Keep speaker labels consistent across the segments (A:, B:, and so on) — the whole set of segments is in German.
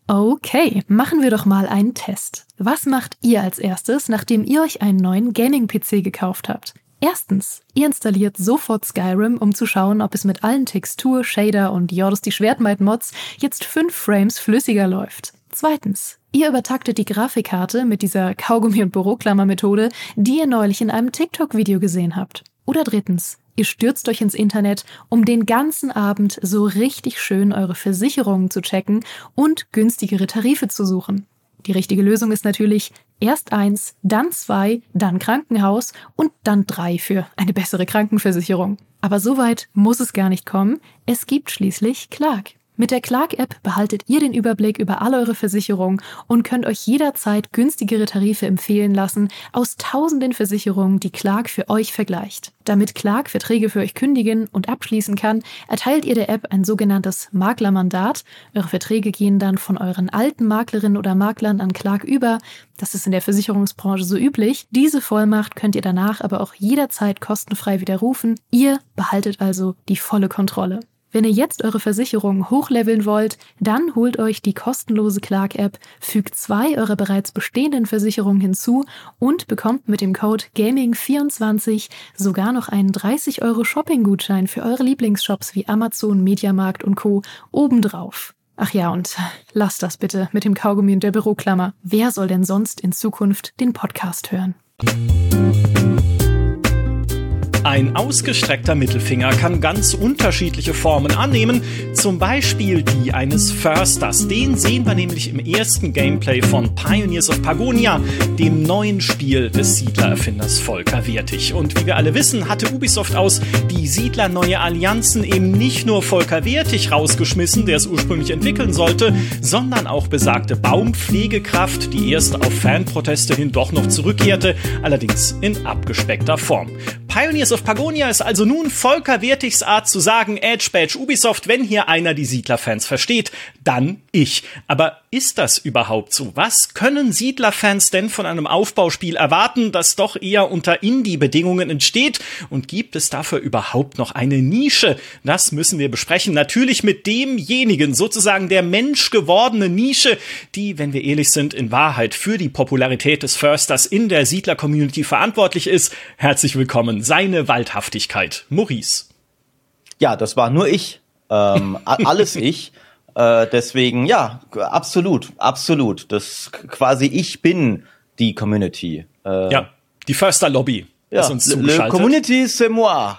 A: Okay, machen wir doch mal einen Test. Was macht ihr als erstes, nachdem ihr euch einen neuen Gaming-PC gekauft habt? Erstens, ihr installiert sofort Skyrim, um zu schauen, ob es mit allen Textur-, Shader- und Jordos die Schwertmaid-Mods jetzt 5 Frames flüssiger läuft. Zweitens, ihr übertaktet die Grafikkarte mit dieser Kaugummi- und Büroklammer-Methode, die ihr neulich in einem TikTok-Video gesehen habt. Oder drittens, ihr stürzt euch ins Internet, um den ganzen Abend so richtig schön eure Versicherungen zu checken und günstigere Tarife zu suchen. Die richtige Lösung ist natürlich erst 1, dann 2, dann Krankenhaus und dann 3 für eine bessere Krankenversicherung. Aber so weit muss es gar nicht kommen. Es gibt schließlich Clark. Mit der Clark-App behaltet ihr den Überblick über all eure Versicherungen und könnt euch jederzeit günstigere Tarife empfehlen lassen aus tausenden Versicherungen, die Clark für euch vergleicht. Damit Clark Verträge für euch kündigen und abschließen kann, erteilt ihr der App ein sogenanntes Maklermandat. Eure Verträge gehen dann von euren alten Maklerinnen oder Maklern an Clark über. Das ist in der Versicherungsbranche so üblich. Diese Vollmacht könnt ihr danach aber auch jederzeit kostenfrei widerrufen. Ihr behaltet also die volle Kontrolle. Wenn ihr jetzt eure Versicherung hochleveln wollt, dann holt euch die kostenlose Clark-App, fügt 2 eurer bereits bestehenden Versicherungen hinzu und bekommt mit dem Code GAMING24 sogar noch einen 30 € Shopping-Gutschein für eure Lieblingsshops wie Amazon, Mediamarkt und Co. obendrauf. Ach ja, und lasst das bitte mit dem Kaugummi und der Büroklammer. Wer soll denn sonst in Zukunft den Podcast hören?
B: Ein ausgestreckter Mittelfinger kann ganz unterschiedliche Formen annehmen, zum Beispiel die eines Försters. Den sehen wir nämlich im ersten Gameplay von Pioneers of Pagonia, dem neuen Spiel des Siedlererfinders Volker Wertig. Und wie wir alle wissen, hatte Ubisoft aus die Siedler Neue Allianzen eben nicht nur Volker Wertig rausgeschmissen, der es ursprünglich entwickeln sollte, sondern auch besagte Baumpflegekraft, die erst auf Fanproteste hin doch noch zurückkehrte, allerdings in abgespeckter Form. Pioneers of Pagonia ist also nun Volker Wertigs Art zu sagen, Edge Badge Ubisoft, wenn hier einer die Siedlerfans versteht, dann ich. Aber ist das überhaupt so? Was können Siedlerfans denn von einem Aufbauspiel erwarten, das doch eher unter Indie-Bedingungen entsteht? Und gibt es dafür überhaupt noch eine Nische? Das müssen wir besprechen. Natürlich mit demjenigen, sozusagen der menschgewordene Nische, die, wenn wir ehrlich sind, in Wahrheit für die Popularität des Försters in der Siedler-Community verantwortlich ist. Herzlich willkommen, seine Waldhaftigkeit, Maurice.
C: Ja, das war nur ich. Alles ich. Deswegen, ja, absolut. Das quasi ich bin die Community.
B: Ja, die Förster-Lobby ist uns zugeschaltet.
C: Le Community, c'est moi.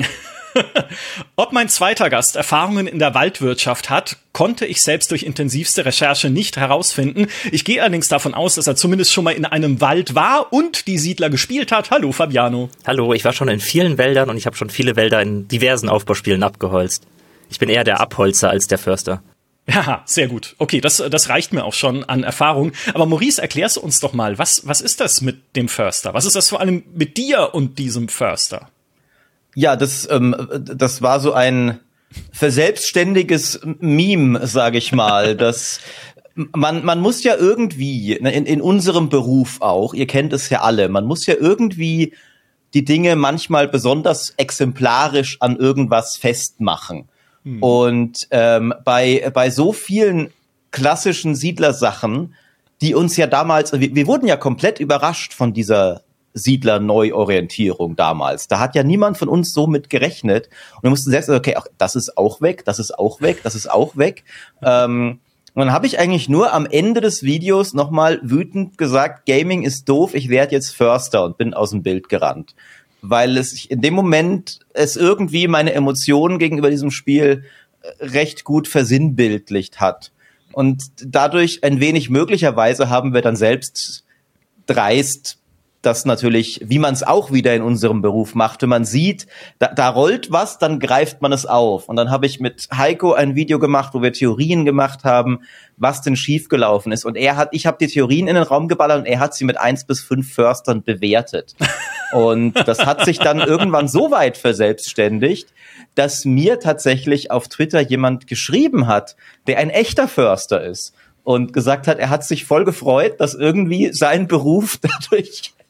B: Ob mein zweiter Gast Erfahrungen in der Waldwirtschaft hat, konnte ich selbst durch intensivste Recherche nicht herausfinden. Ich gehe allerdings davon aus, dass er zumindest schon mal in einem Wald war und die Siedler gespielt hat. Hallo, Fabiano.
D: Hallo, ich war schon in vielen Wäldern und ich habe schon viele Wälder in diversen Aufbauspielen abgeholzt. Ich bin eher der Abholzer als der Förster.
B: Ja, sehr gut. Okay, das reicht mir auch schon an Erfahrung. Aber Maurice, erklärst du uns doch mal, was ist das mit dem Förster? Was ist das vor allem mit dir und diesem Förster?
C: Ja, das war so ein verselbstständiges Meme, sage ich mal. Das man muss ja irgendwie in unserem Beruf auch, ihr kennt es ja alle, man muss ja irgendwie die Dinge manchmal besonders exemplarisch an irgendwas festmachen. Und bei so vielen klassischen Siedlersachen, die uns ja damals, wir wurden ja komplett überrascht von dieser Siedler-Neuorientierung damals. Da hat ja niemand von uns so mit gerechnet. Und wir mussten selbst sagen, okay, das ist auch weg, das ist auch weg, das ist auch weg. Und dann habe ich eigentlich nur am Ende des Videos nochmal wütend gesagt, Gaming ist doof, ich werde jetzt Förster und bin aus dem Bild gerannt. Weil es in dem Moment irgendwie meine Emotionen gegenüber diesem Spiel recht gut versinnbildlicht hat. Und dadurch ein wenig möglicherweise haben wir dann selbst dreist das natürlich, wie man es auch wieder in unserem Beruf macht, wenn man sieht, da rollt was, dann greift man es auf. Und dann habe ich mit Heiko ein Video gemacht, wo wir Theorien gemacht haben, was denn schiefgelaufen ist. Und ich habe die Theorien in den Raum geballert und er hat sie mit 1 bis 5 Förstern bewertet. Und das hat sich dann irgendwann so weit verselbstständigt, dass mir tatsächlich auf Twitter jemand geschrieben hat, der ein echter Förster ist und gesagt hat, er hat sich voll gefreut, dass irgendwie sein Beruf dadurch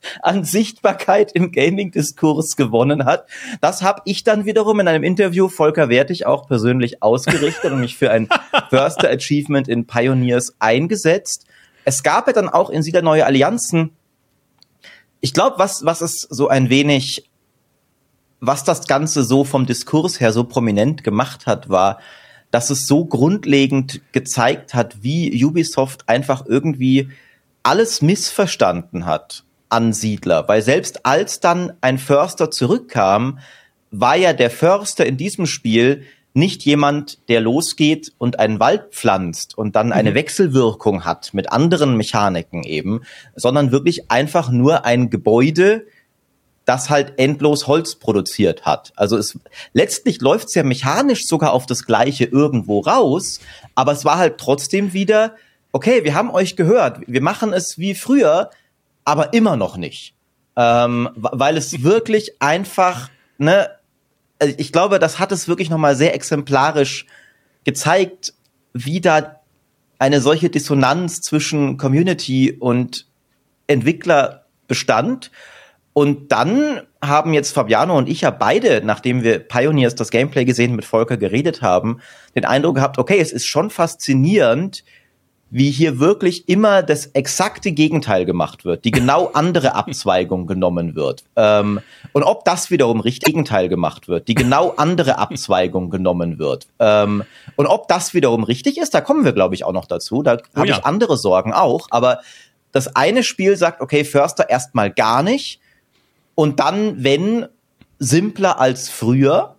C: an Sichtbarkeit im Gaming-Diskurs gewonnen hat. Das habe ich dann wiederum in einem Interview Volker Wertig auch persönlich ausgerichtet und mich für ein Förster Achievement in Pioneers eingesetzt. Es gab ja dann auch in Siedler Neue Allianzen, ich glaube, was es so ein wenig, was das Ganze so vom Diskurs her so prominent gemacht hat, war, dass es so grundlegend gezeigt hat, wie Ubisoft einfach irgendwie alles missverstanden hat an Siedler. Weil selbst als dann ein Förster zurückkam, war ja der Förster in diesem Spiel nicht jemand, der losgeht und einen Wald pflanzt und dann eine Wechselwirkung hat mit anderen Mechaniken eben, sondern wirklich einfach nur ein Gebäude, das halt endlos Holz produziert hat. Also letztlich läuft es ja mechanisch sogar auf das Gleiche irgendwo raus, aber es war halt trotzdem wieder, okay, wir haben euch gehört, wir machen es wie früher, aber immer noch nicht. Weil es wirklich einfach, ich glaube, das hat es wirklich nochmal sehr exemplarisch gezeigt, wie da eine solche Dissonanz zwischen Community und Entwickler bestand. Und dann haben jetzt Fabiano und ich ja beide, nachdem wir Pioneers das Gameplay gesehen mit Volker geredet haben, den Eindruck gehabt, okay, es ist schon faszinierend, wie hier wirklich immer das exakte Gegenteil gemacht wird, die genau andere Abzweigung genommen wird. Und ob das wiederum richtig Gegenteil gemacht wird, die genau andere Abzweigung genommen wird. Und ob das wiederum richtig ist, da kommen wir, glaube ich, auch noch dazu. Da habe ich andere Sorgen auch. Aber das eine Spiel sagt, okay, Förster erstmal gar nicht. Und dann, wenn, simpler als früher.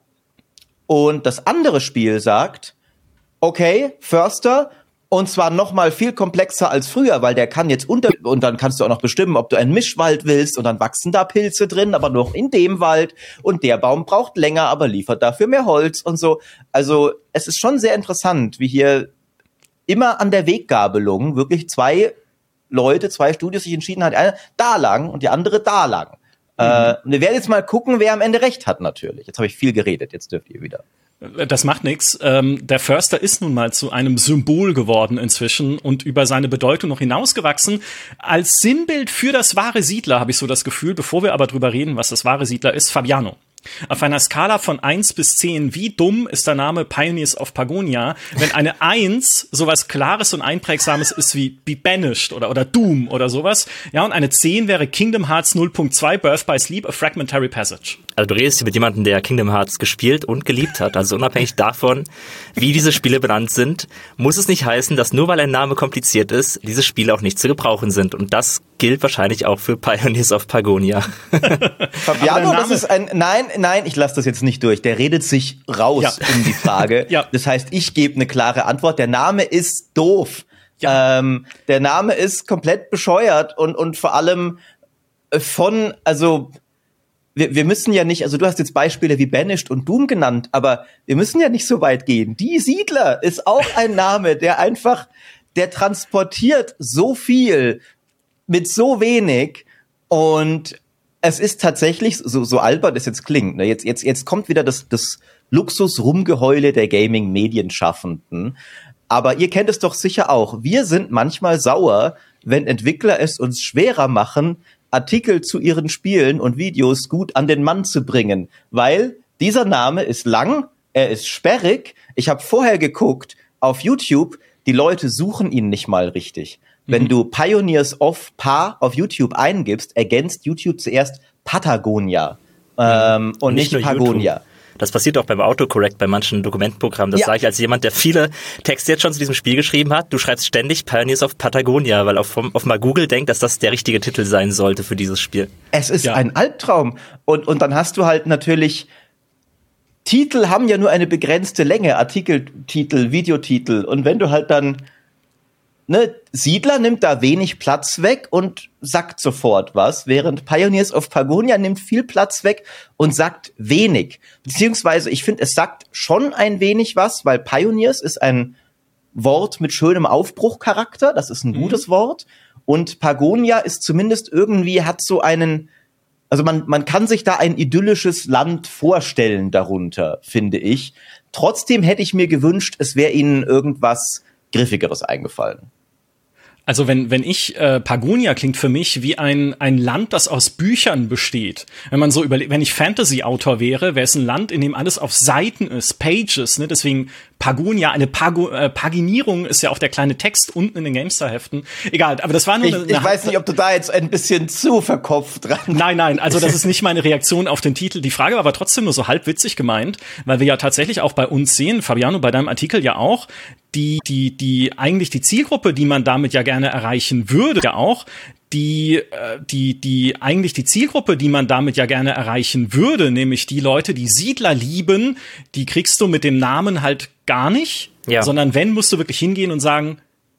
C: Und das andere Spiel sagt, okay, Förster, und zwar noch mal viel komplexer als früher, weil der kann jetzt und dann kannst du auch noch bestimmen, ob du einen Mischwald willst und dann wachsen da Pilze drin, aber nur in dem Wald und der Baum braucht länger, aber liefert dafür mehr Holz und so. Also es ist schon sehr interessant, wie hier immer an der Weggabelung wirklich zwei Studios sich entschieden hat, eine da lang und die andere da lang. Und wir werden jetzt mal gucken, wer am Ende recht hat natürlich. Jetzt habe ich viel geredet, jetzt dürft ihr wieder.
B: Das macht nichts. Der Förster ist nun mal zu einem Symbol geworden inzwischen und über seine Bedeutung noch hinausgewachsen. Als Sinnbild für das wahre Siedler habe ich so das Gefühl, bevor wir aber drüber reden, was das wahre Siedler ist, Fabiano. Auf einer Skala von 1 bis 10, wie dumm ist der Name Pioneers of Pagonia, wenn eine 1 sowas Klares und Einprägsames ist wie Be Banished oder Doom oder sowas, ja, und eine 10 wäre Kingdom Hearts 0.2 Birth by Sleep, A Fragmentary Passage.
D: Also du redest hier mit jemandem, der Kingdom Hearts gespielt und geliebt hat, also unabhängig davon, wie diese Spiele benannt sind, muss es nicht heißen, dass nur weil ein Name kompliziert ist, diese Spiele auch nicht zu gebrauchen sind. Und das gilt wahrscheinlich auch für Pioneers of Pagonia.
C: Fabiano, das ist Nein, ich lasse das jetzt nicht durch. Der redet sich raus um die Frage. Das heißt, ich gebe eine klare Antwort. Der Name ist doof. Ja. Der Name ist komplett bescheuert und vor allem wir müssen ja nicht, also du hast jetzt Beispiele wie Banished und Doom genannt, aber wir müssen ja nicht so weit gehen. Die Siedler ist auch ein Name, der transportiert so viel mit so wenig und es ist tatsächlich, so albern es jetzt klingt, ne? Jetzt kommt wieder das Luxus-Rumgeheule der Gaming-Medienschaffenden. Aber ihr kennt es doch sicher auch. Wir sind manchmal sauer, wenn Entwickler es uns schwerer machen, Artikel zu ihren Spielen und Videos gut an den Mann zu bringen. Weil dieser Name ist lang, er ist sperrig. Ich habe vorher geguckt auf YouTube, die Leute suchen ihn nicht mal richtig. Wenn du Pioneers of Pa auf YouTube eingibst, ergänzt YouTube zuerst Patagonia und nicht Pagonia.
D: YouTube. Das passiert auch beim Autocorrect bei manchen Dokumentenprogrammen. Das sage ich als jemand, der viele Texte jetzt schon zu diesem Spiel geschrieben hat. Du schreibst ständig Pioneers of Patagonia, weil auf mal Google denkt, dass das der richtige Titel sein sollte für dieses Spiel.
C: Es ist ein Albtraum. Und dann hast du halt natürlich, Titel haben ja nur eine begrenzte Länge, Artikeltitel, Videotitel. Und wenn du halt dann, Siedler nimmt da wenig Platz weg und sagt sofort was, während Pioneers of Pagonia nimmt viel Platz weg und sagt wenig. Beziehungsweise, ich finde, es sagt schon ein wenig was, weil Pioneers ist ein Wort mit schönem Aufbruchcharakter, das ist ein gutes Wort. Und Pagonia ist zumindest irgendwie, hat so einen, also man kann sich da ein idyllisches Land vorstellen darunter, finde ich. Trotzdem hätte ich mir gewünscht, es wäre ihnen irgendwas Griffigeres eingefallen.
B: Also wenn ich, Pagonia klingt für mich wie ein Land, das aus Büchern besteht. Wenn man so überlegt, wenn ich Fantasy-Autor wäre es ein Land, in dem alles auf Seiten ist, Pages, ne? Deswegen Pagonia, eine Paginierung ist ja auch der kleine Text unten in den GameStar-Heften. Egal, aber das war nur
C: ich weiß nicht, ob du da jetzt ein bisschen zu verkopft dran.
B: Nein, also das ist nicht meine Reaktion auf den Titel. Die Frage war aber trotzdem nur so halb witzig gemeint, weil wir ja tatsächlich auch bei uns sehen, Fabiano, bei deinem Artikel ja auch, die eigentlich die Zielgruppe, die man damit ja gerne erreichen würde, ja auch, die eigentlich die Zielgruppe, die man damit ja gerne erreichen würde, nämlich die Leute, die Siedler lieben, die kriegst du mit dem Namen halt gar nicht, sondern wenn, musst du wirklich hingehen und sagen,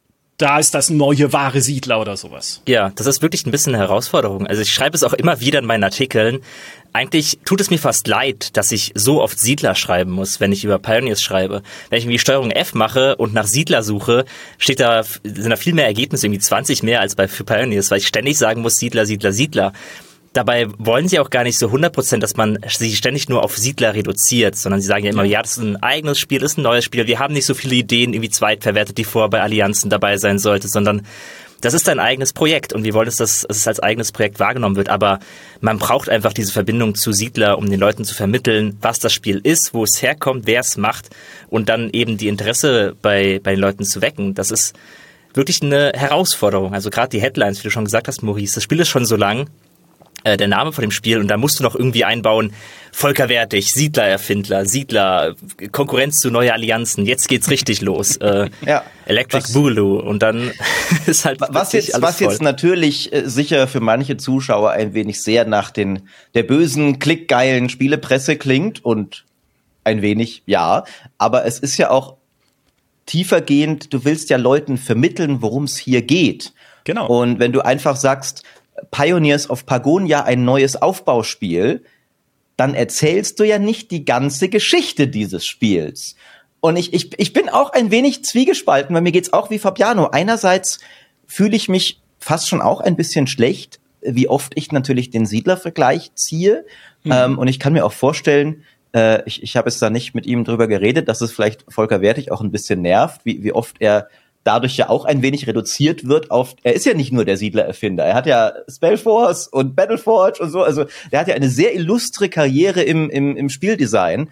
B: da ist das neue wahre Siedler oder sowas.
D: Ja, das ist wirklich ein bisschen eine Herausforderung. Also ich schreibe es auch immer wieder in meinen Artikeln. Eigentlich tut es mir fast leid, dass ich so oft Siedler schreiben muss, wenn ich über Pioneers schreibe. Wenn ich irgendwie Steuerung F mache und nach Siedler suche, sind da viel mehr Ergebnisse, irgendwie 20 mehr als für Pioneers, weil ich ständig sagen muss, Siedler, Siedler, Siedler. Dabei wollen sie auch gar nicht so 100%, dass man sich ständig nur auf Siedler reduziert, sondern sie sagen ja immer, ja, das ist ein eigenes Spiel, das ist ein neues Spiel, wir haben nicht so viele Ideen irgendwie zweitverwertet, die vorher bei Allianzen dabei sein sollte, sondern das ist ein eigenes Projekt und wir wollen, dass es als eigenes Projekt wahrgenommen wird, aber man braucht einfach diese Verbindung zu Siedler, um den Leuten zu vermitteln, was das Spiel ist, wo es herkommt, wer es macht und dann eben die Interesse bei den Leuten zu wecken. Das ist wirklich eine Herausforderung. Also gerade die Headlines, wie du schon gesagt hast, Maurice, das Spiel ist schon so lang, der Name von dem Spiel und da musst du noch irgendwie einbauen, Volker-Wertig, Siedler-Erfindler, Siedler, Konkurrenz zu neue Allianzen, jetzt geht's richtig los. Electric Boogaloo und dann ist halt
C: was jetzt natürlich sicher für manche Zuschauer ein wenig sehr nach der bösen, klickgeilen Spielepresse klingt und ein wenig, ja, aber es ist ja auch tiefergehend, du willst ja Leuten vermitteln, worum es hier geht.
B: Genau.
C: Und wenn du einfach sagst, Pioneers of Pagonia, ein neues Aufbauspiel, dann erzählst du ja nicht die ganze Geschichte dieses Spiels. Und ich bin auch ein wenig zwiegespalten, weil mir geht's auch wie Fabiano. Einerseits fühle ich mich fast schon auch ein bisschen schlecht, wie oft ich natürlich den Siedler-Vergleich ziehe. Und ich kann mir auch vorstellen, ich habe es da nicht mit ihm drüber geredet, dass es vielleicht Volker Wertig auch ein bisschen nervt, wie oft er dadurch ja auch ein wenig reduziert wird auf, er ist ja nicht nur der Siedler-Erfinder, er hat ja Spellforce und Battleforge und so, also der hat ja eine sehr illustre Karriere im Spieldesign,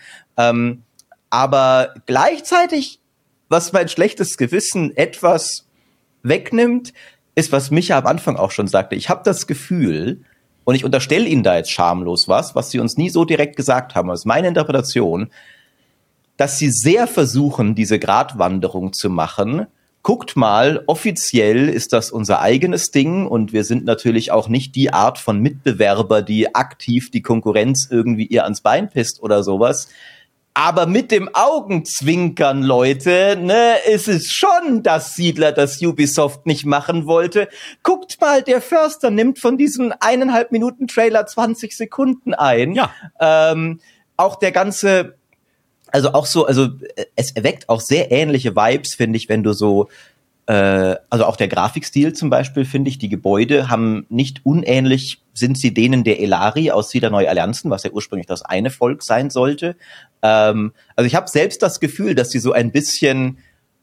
C: aber gleichzeitig, was mein schlechtes Gewissen etwas wegnimmt, ist, was Micha am Anfang auch schon sagte, ich habe das Gefühl, und ich unterstelle ihnen da jetzt schamlos was sie uns nie so direkt gesagt haben, das ist meine Interpretation, dass sie sehr versuchen, diese Gratwanderung zu machen. Guckt mal, offiziell ist das unser eigenes Ding und wir sind natürlich auch nicht die Art von Mitbewerber, die aktiv die Konkurrenz irgendwie ihr ans Bein pisst oder sowas. Aber mit dem Augenzwinkern, Leute, ne, ist es schon das Siedler, das Ubisoft nicht machen wollte. Guckt mal, der Förster nimmt von diesem 1,5 Minuten Trailer 20 Sekunden ein.
B: Ja.
C: Auch der ganze, also es erweckt auch sehr ähnliche Vibes, finde ich, wenn du so, also auch der Grafikstil zum Beispiel, finde ich, die Gebäude haben nicht unähnlich, sind sie denen der Elari aus Siedler Neue Allianzen, was ja ursprünglich das eine Volk sein sollte. Also ich habe selbst das Gefühl, dass sie so ein bisschen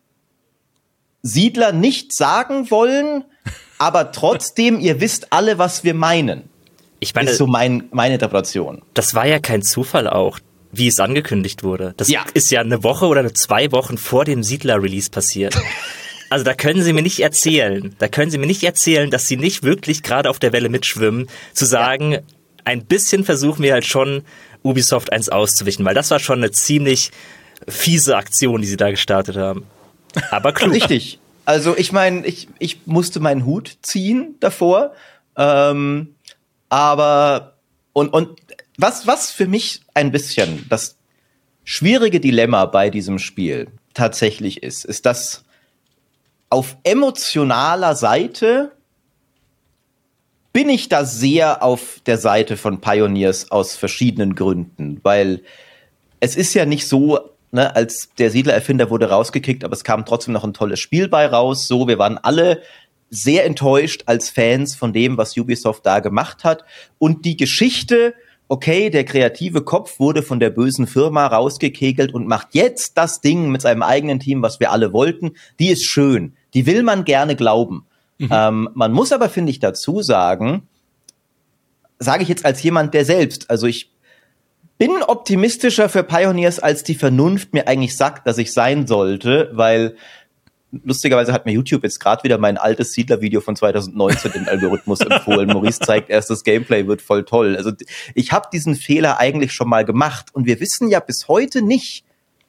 C: Siedler nicht sagen wollen, aber trotzdem, ihr wisst alle, was wir meinen.
D: Ich meine,
C: ist so meine Interpretation.
D: Das war ja kein Zufall auch, wie es angekündigt wurde. Das ist ja eine Woche oder 2 Wochen vor dem Siedler-Release passiert. Also da können Sie mir nicht erzählen, dass Sie nicht wirklich gerade auf der Welle mitschwimmen, zu sagen, ein bisschen versuchen wir halt schon, Ubisoft eins auszuwischen, weil das war schon eine ziemlich fiese Aktion, die Sie da gestartet haben. Aber klug.
C: Richtig. Also ich meine, ich musste meinen Hut ziehen davor, aber und was für mich ein bisschen das schwierige Dilemma bei diesem Spiel tatsächlich ist, dass auf emotionaler Seite bin ich da sehr auf der Seite von Pioneers aus verschiedenen Gründen, weil es ist ja nicht so, ne, als der Siedler-Erfinder wurde rausgekickt, aber es kam trotzdem noch ein tolles Spiel bei raus. So, wir waren alle sehr enttäuscht als Fans von dem, was Ubisoft da gemacht hat. Und die Geschichte, okay, der kreative Kopf wurde von der bösen Firma rausgekegelt und macht jetzt das Ding mit seinem eigenen Team, was wir alle wollten, die ist schön. Die will man gerne glauben. Man muss aber, finde ich, dazu sagen, sage ich jetzt als jemand, der selbst, also ich bin optimistischer für Pioneers, als die Vernunft mir eigentlich sagt, dass ich sein sollte, weil lustigerweise hat mir YouTube jetzt gerade wieder mein altes Siedler-Video von 2019 im Algorithmus empfohlen. Maurice zeigt erst, das Gameplay wird voll toll. Also ich habe diesen Fehler eigentlich schon mal gemacht und wir wissen ja bis heute nicht,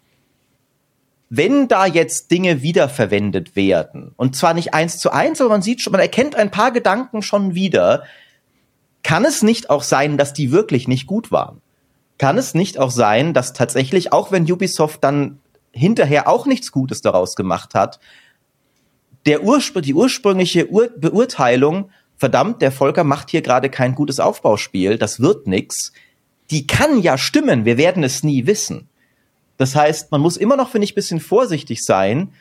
C: wenn da jetzt Dinge wiederverwendet werden, und zwar nicht 1:1, aber man sieht schon, man erkennt ein paar Gedanken schon wieder, kann es nicht auch sein, dass die wirklich nicht gut waren? Kann es nicht auch sein, dass tatsächlich, auch wenn Ubisoft dann hinterher auch nichts Gutes daraus gemacht hat, die ursprüngliche Beurteilung, verdammt, der Volker macht hier gerade kein gutes Aufbauspiel, das wird nix, die kann ja stimmen, wir werden es nie wissen. Das heißt, man muss immer noch, finde ich, ein bisschen vorsichtig sein.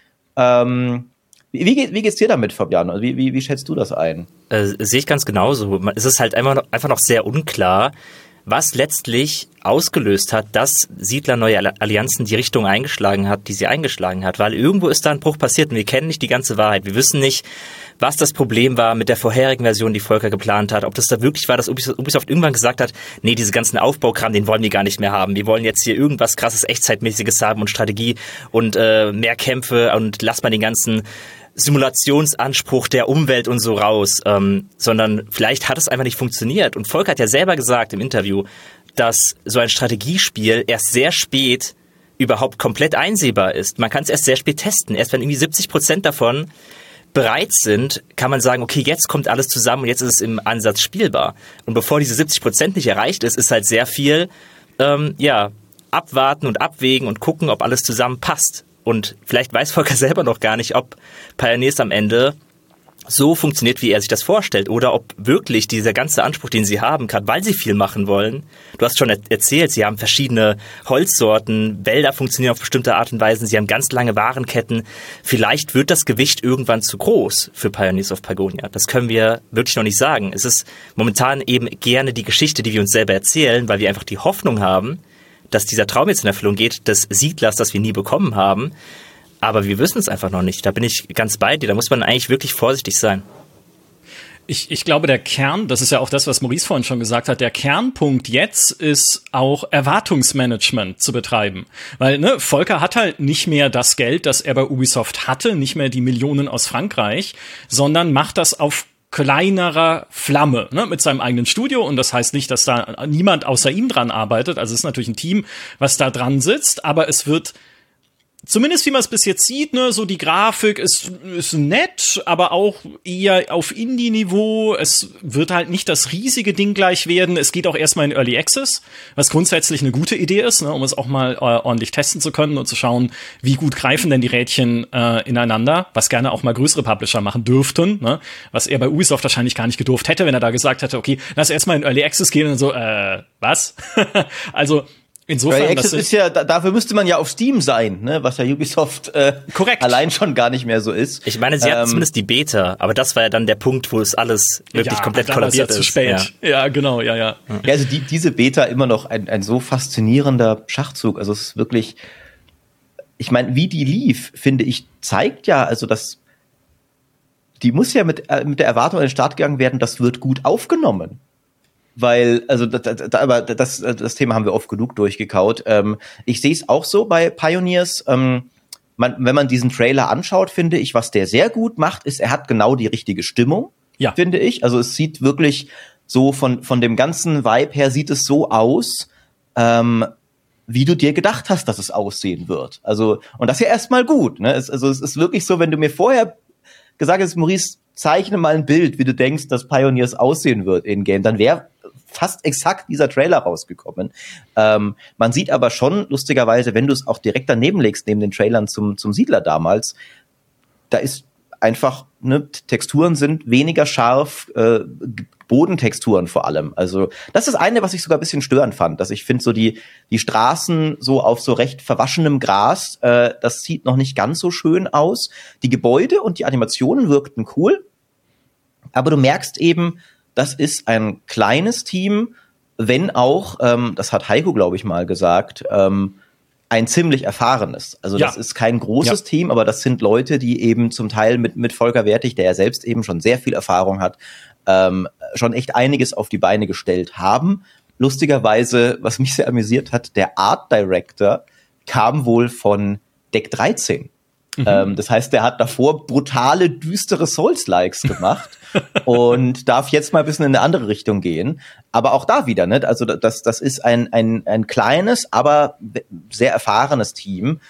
C: Wie geht's dir damit, Fabiano? Also wie schätzt du das ein?
D: Sehe ich ganz genauso. Es ist halt einfach noch sehr unklar, was letztlich ausgelöst hat, dass Siedler Neue Allianzen die Richtung eingeschlagen hat, die sie eingeschlagen hat. Weil irgendwo ist da ein Bruch passiert und wir kennen nicht die ganze Wahrheit. Wir wissen nicht, was das Problem war mit der vorherigen Version, die Volker geplant hat. Ob das da wirklich war, dass Ubisoft irgendwann gesagt hat, nee, diese ganzen Aufbaukram, den wollen wir gar nicht mehr haben. Wir wollen jetzt hier irgendwas krasses, Echtzeitmäßiges haben und Strategie und mehr Kämpfe und lass mal den ganzen Simulationsanspruch der Umwelt und so raus, sondern vielleicht hat es einfach nicht funktioniert. Und Volker hat ja selber gesagt im Interview, dass so ein Strategiespiel erst sehr spät überhaupt komplett einsehbar ist. Man kann es erst sehr spät testen. Erst wenn irgendwie 70% davon bereit sind, kann man sagen, okay, jetzt kommt alles zusammen und jetzt ist es im Ansatz spielbar. Und bevor diese 70% nicht erreicht ist halt sehr viel abwarten und abwägen und gucken, ob alles zusammen passt. Und vielleicht weiß Volker selber noch gar nicht, ob Pioneers am Ende so funktioniert, wie er sich das vorstellt, oder ob wirklich dieser ganze Anspruch, den sie haben, gerade weil sie viel machen wollen. Du hast schon erzählt, sie haben verschiedene Holzsorten, Wälder funktionieren auf bestimmte Art und Weise, sie haben ganz lange Warenketten. Vielleicht wird das Gewicht irgendwann zu groß für Pioneers of Pagonia. Das können wir wirklich noch nicht sagen. Es ist momentan eben gerne die Geschichte, die wir uns selber erzählen, weil wir einfach die Hoffnung haben, dass dieser Traum jetzt in Erfüllung geht, des Siedlers, das wir nie bekommen haben. Aber wir wissen es einfach noch nicht. Da bin ich ganz bei dir. Da muss man eigentlich wirklich vorsichtig sein.
B: Ich glaube, der Kern, das ist ja auch das, was Maurice vorhin schon gesagt hat, der Kernpunkt jetzt ist auch Erwartungsmanagement zu betreiben. Weil Volker hat halt nicht mehr das Geld, das er bei Ubisoft hatte, nicht mehr die Millionen aus Frankreich, sondern macht das auf kleinerer Flamme, mit seinem eigenen Studio. Und das heißt nicht, dass da niemand außer ihm dran arbeitet. Also es ist natürlich ein Team, was da dran sitzt, aber es wird, zumindest wie man es bis jetzt sieht, so die Grafik ist nett, aber auch eher auf Indie-Niveau. Es wird halt nicht das riesige Ding gleich werden. Es geht auch erstmal in Early Access, was grundsätzlich eine gute Idee ist, um es auch mal ordentlich testen zu können und zu schauen, wie gut greifen denn die Rädchen ineinander, was gerne auch mal größere Publisher machen dürften, was er bei Ubisoft wahrscheinlich gar nicht gedurft hätte, wenn er da gesagt hätte, okay, lass erstmal in Early Access gehen und so, was? Also insofern,
C: Early Access ist ja, dafür müsste man ja auf Steam sein, was ja Ubisoft
B: korrekt
C: allein schon gar nicht mehr so ist.
D: Ich meine, sie hatten zumindest die Beta, aber das war ja dann der Punkt, wo es alles wirklich komplett kollabiert ist.
B: Zu spät. Ja, genau, ja.
C: Ja, also diese Beta immer noch ein so faszinierender Schachzug. Also es ist wirklich, ich meine, wie die lief, finde ich, zeigt ja, also dass die muss ja mit der Erwartung an den Start gegangen werden, das wird gut aufgenommen. Weil, also aber das Thema haben wir oft genug durchgekaut. Ich sehe es auch so bei Pioneers. Wenn man diesen Trailer anschaut, finde ich, was der sehr gut macht, ist, er hat genau die richtige Stimmung, finde ich. Also es sieht wirklich so von dem ganzen Vibe her sieht es so aus, wie du dir gedacht hast, dass es aussehen wird. Also, und das ist ja erstmal gut, es ist wirklich so, wenn du mir vorher gesagt hast, Maurice, zeichne mal ein Bild, wie du denkst, dass Pioneers aussehen wird in-game, dann wäre fast exakt dieser Trailer rausgekommen. Man sieht aber schon, lustigerweise, wenn du es auch direkt daneben legst, neben den Trailern zum Siedler damals, da ist einfach, Texturen sind weniger scharf, Bodentexturen vor allem. Also das ist das eine, was ich sogar ein bisschen störend fand, dass ich finde, so die Straßen so auf so recht verwaschenem Gras, das sieht noch nicht ganz so schön aus. Die Gebäude und die Animationen wirkten cool, aber du merkst eben, das ist ein kleines Team, wenn auch, das hat Heiko, glaube ich, mal gesagt, ein ziemlich erfahrenes. Also das ist kein großes Team, aber das sind Leute, die eben zum Teil mit Volker Wertig, der ja selbst eben schon sehr viel Erfahrung hat, schon echt einiges auf die Beine gestellt haben. Lustigerweise, was mich sehr amüsiert hat, der Art Director kam wohl von Deck 13. Das heißt, der hat davor brutale, düstere Souls-Likes gemacht und darf jetzt mal ein bisschen in eine andere Richtung gehen. Aber auch da wieder, ne? Also das ist ein kleines, aber sehr erfahrenes Team,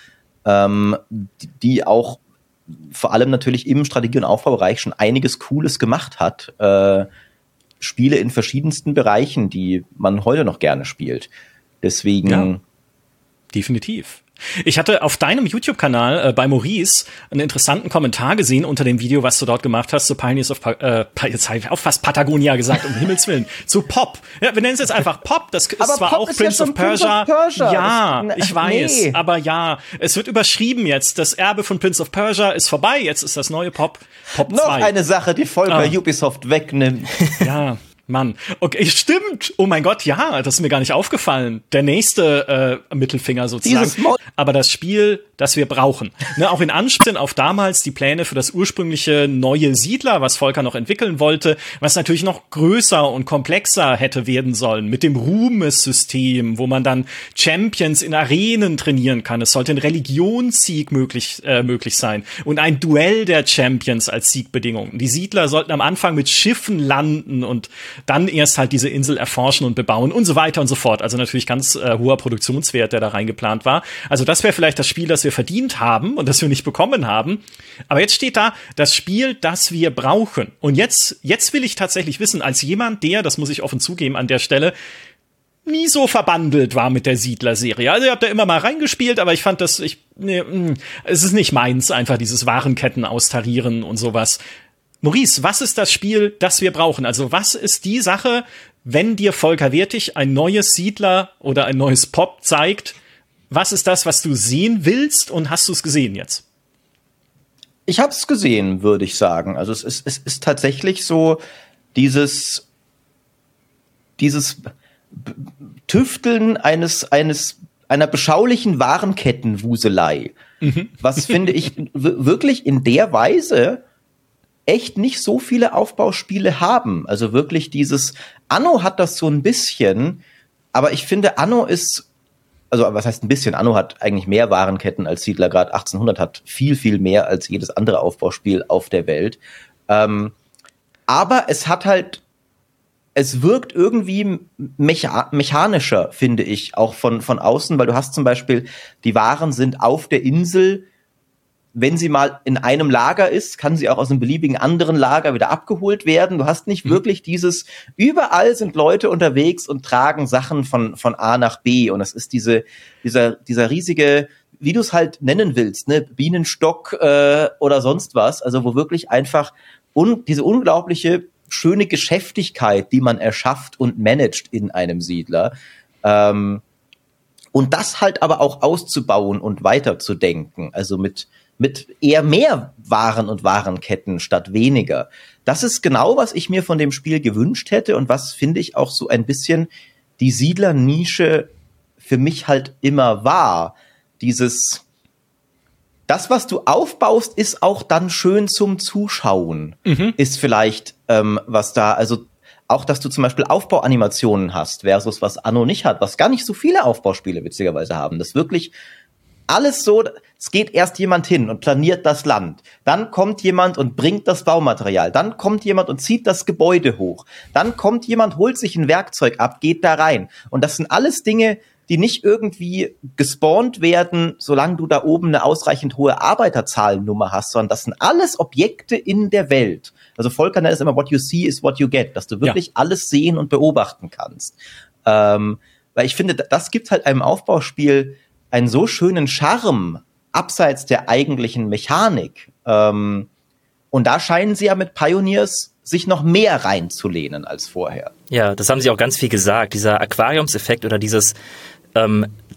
C: die auch vor allem natürlich im Strategie- und Aufbaubereich schon einiges Cooles gemacht hat. Spiele in verschiedensten Bereichen, die man heute noch gerne spielt. Deswegen. Ja,
B: definitiv. Ich hatte auf deinem YouTube-Kanal bei Maurice einen interessanten Kommentar gesehen unter dem Video, was du dort gemacht hast, zu Pioneers of jetzt habe ich auch fast Patagonia gesagt, um Himmels Willen, zu Pop. Ja, wir nennen es jetzt einfach Pop, das ist aber zwar Pop auch ist Prince of Persia. Ja, ich weiß, aber ja, es wird überschrieben jetzt, das Erbe von Prince of Persia ist vorbei, jetzt ist das neue Pop 2.
C: Noch eine Sache, die Volker Ubisoft wegnimmt.
B: Ja. Mann, okay, stimmt. Oh mein Gott, ja, das ist mir gar nicht aufgefallen. Der nächste Mittelfinger sozusagen. Aber das Spiel, das wir brauchen. Ne, auch in Anspielung auf damals die Pläne für das ursprüngliche neue Siedler, was Volker noch entwickeln wollte, was natürlich noch größer und komplexer hätte werden sollen. Mit dem Ruhmessystem, wo man dann Champions in Arenen trainieren kann. Es sollte ein Religionssieg möglich sein. Und ein Duell der Champions als Siegbedingung. Die Siedler sollten am Anfang mit Schiffen landen und dann erst halt diese Insel erforschen und bebauen und so weiter und so fort. Also natürlich ganz hoher Produktionswert, der da reingeplant war. Also das wäre vielleicht das Spiel, das wir verdient haben und das wir nicht bekommen haben. Aber jetzt steht da, das Spiel, das wir brauchen. Und jetzt will ich tatsächlich wissen, als jemand, der, das muss ich offen zugeben an der Stelle, nie so verbandelt war mit der Siedler-Serie. Also ihr habt da immer mal reingespielt, aber ich fand es ist nicht meins, einfach dieses Warenketten austarieren und sowas. Maurice, was ist das Spiel, das wir brauchen? Also was ist die Sache, wenn dir Volker Wertig ein neues Siedler oder ein neues Pop zeigt? Was ist das, was du sehen willst und hast du es gesehen jetzt?
C: Ich habe es gesehen, würde ich sagen. Also es ist tatsächlich so dieses Tüfteln einer beschaulichen Warenkettenwuselei. Was finde ich wirklich in der Weise echt nicht so viele Aufbauspiele haben. Also wirklich Anno hat das so ein bisschen, aber ich finde Anno ist, also was heißt ein bisschen, Anno hat eigentlich mehr Warenketten als Siedler, gerade 1800 hat viel, viel mehr als jedes andere Aufbauspiel auf der Welt. Aber es wirkt irgendwie mechanischer, finde ich, auch von außen, weil du hast zum Beispiel, die Waren sind auf der Insel. Wenn sie mal in einem Lager ist, kann sie auch aus einem beliebigen anderen Lager wieder abgeholt werden. Du hast nicht wirklich überall sind Leute unterwegs und tragen Sachen von A nach B. Und es ist dieser riesige, wie du es halt nennen willst, ne, Bienenstock oder sonst was. Also wo wirklich einfach diese unglaubliche, schöne Geschäftigkeit, die man erschafft und managt in einem Siedler. Und das halt aber auch auszubauen und weiterzudenken. Also mit eher mehr Waren und Warenketten statt weniger. Das ist genau, was ich mir von dem Spiel gewünscht hätte und was, finde ich, auch so ein bisschen die Siedler-Nische für mich halt immer war. Das, was du aufbaust, ist auch dann schön zum Zuschauen. Ist vielleicht was da, also auch, dass du zum Beispiel Aufbauanimationen hast versus was Anno nicht hat, was gar nicht so viele Aufbauspiele witzigerweise haben. Das wirklich alles so, es geht erst jemand hin und planiert das Land. Dann kommt jemand und bringt das Baumaterial. Dann kommt jemand und zieht das Gebäude hoch. Dann kommt jemand, holt sich ein Werkzeug ab, geht da rein. Und das sind alles Dinge, die nicht irgendwie gespawnt werden, solange du da oben eine ausreichend hohe Arbeiterzahlennummer hast, sondern das sind alles Objekte in der Welt. Also Volker nennt es immer, what you see is what you get, dass du wirklich alles sehen und beobachten kannst. Weil ich finde, das gibt halt einem Aufbauspiel einen so schönen Charme abseits der eigentlichen Mechanik. Und da scheinen sie ja mit Pioneers sich noch mehr reinzulehnen als vorher.
D: Ja, das haben sie auch ganz viel gesagt. Dieser Aquariumseffekt oder dieses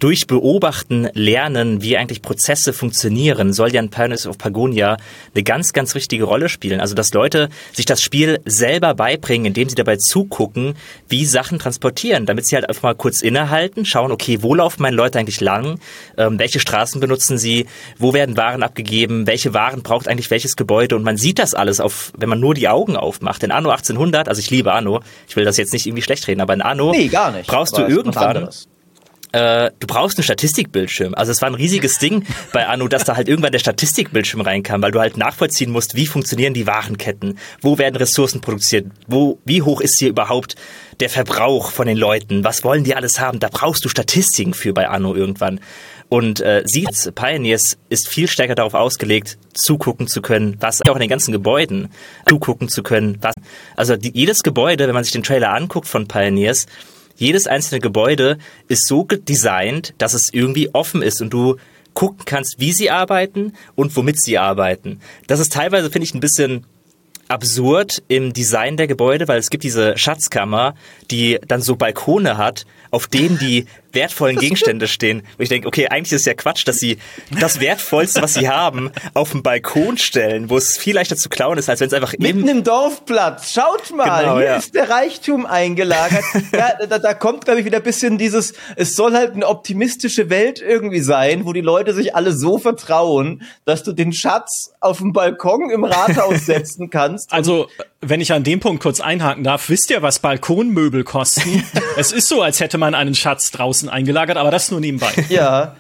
D: durch Beobachten lernen, wie eigentlich Prozesse funktionieren, soll ja in Pioneers of Pagonia eine ganz, ganz wichtige Rolle spielen. Also, dass Leute sich das Spiel selber beibringen, indem sie dabei zugucken, wie Sachen transportieren, damit sie halt einfach mal kurz innehalten, schauen, okay, wo laufen meine Leute eigentlich lang, welche Straßen benutzen sie, wo werden Waren abgegeben, welche Waren braucht eigentlich welches Gebäude, und man sieht das alles, wenn man nur die Augen aufmacht. In Anno 1800, also ich liebe Anno, ich will das jetzt nicht irgendwie schlecht reden, aber in Anno
C: gar nicht,
D: brauchst du irgendwann... Du brauchst einen Statistikbildschirm. Also es war ein riesiges Ding bei Anno, dass da halt irgendwann der Statistikbildschirm reinkam, weil du halt nachvollziehen musst, wie funktionieren die Warenketten, wo werden Ressourcen produziert, wie hoch ist hier überhaupt der Verbrauch von den Leuten, was wollen die alles haben, da brauchst du Statistiken für bei Anno irgendwann. Und Seeds, Pioneers ist viel stärker darauf ausgelegt, zugucken zu können, was auch in den ganzen Gebäuden zugucken zu können. Jedes Gebäude, wenn man sich den Trailer anguckt von Pioneers, jedes einzelne Gebäude ist so designt, dass es irgendwie offen ist und du gucken kannst, wie sie arbeiten und womit sie arbeiten. Das ist teilweise, finde ich, ein bisschen absurd im Design der Gebäude, weil es gibt diese Schatzkammer, die dann so Balkone hat, auf denen die wertvollen Gegenstände stehen. Und ich denke, okay, eigentlich ist es ja Quatsch, dass sie das Wertvollste, was sie haben, auf den Balkon stellen, wo es viel leichter zu klauen ist, als wenn es einfach
C: mitten im Dorfplatz. Schaut mal, genau, hier ist der Reichtum eingelagert. Ja, da kommt, glaube ich, wieder ein bisschen dieses, es soll halt eine optimistische Welt irgendwie sein, wo die Leute sich alle so vertrauen, dass du den Schatz auf dem Balkon im Rathaus setzen kannst.
B: Also, wenn ich an dem Punkt kurz einhaken darf, wisst ihr, was Balkonmöbel kosten? Es ist so, als hätte man einen Schatz draußen eingelagert, aber das nur nebenbei.
C: Ja,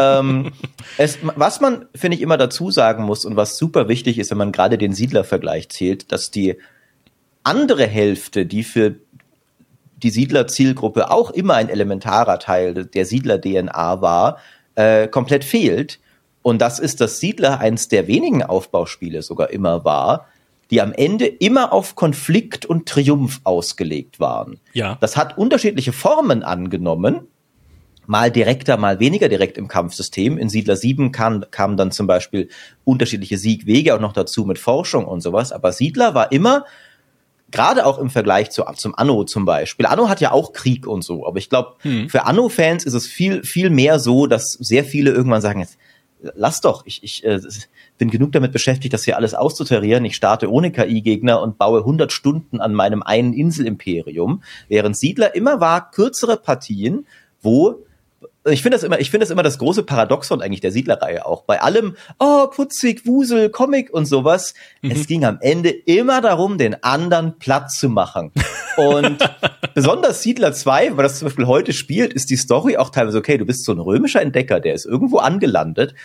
C: was man, finde ich, immer dazu sagen muss und was super wichtig ist, wenn man gerade den Siedlervergleich zählt, dass die andere Hälfte, die für die Siedler-Zielgruppe auch immer ein elementarer Teil der Siedler-DNA war, komplett fehlt. Und das ist, dass Siedler eins der wenigen Aufbauspiele sogar immer war, die am Ende immer auf Konflikt und Triumph ausgelegt waren.
B: Ja.
C: Das hat unterschiedliche Formen angenommen, mal direkter, mal weniger direkt im Kampfsystem. In Siedler 7 kamen dann zum Beispiel unterschiedliche Siegwege auch noch dazu mit Forschung und sowas. Aber Siedler war immer, gerade auch im Vergleich zum Anno zum Beispiel. Anno hat ja auch Krieg und so, aber ich glaube, für Anno-Fans ist es viel, viel mehr so, dass sehr viele irgendwann sagen, jetzt, lass doch, ich bin genug damit beschäftigt, das hier alles auszutarieren. Ich starte ohne KI-Gegner und baue 100 Stunden an meinem einen Inselimperium. Während Siedler immer war kürzere Partien, wo ich finde das immer das große Paradoxon eigentlich der Siedlerreihe auch. Bei allem, putzig, Wusel, Comic und sowas. Es ging am Ende immer darum, den anderen platt zu machen. Und besonders Siedler 2, weil das zum Beispiel heute spielt, ist die Story auch teilweise, okay, du bist so ein römischer Entdecker, der ist irgendwo angelandet.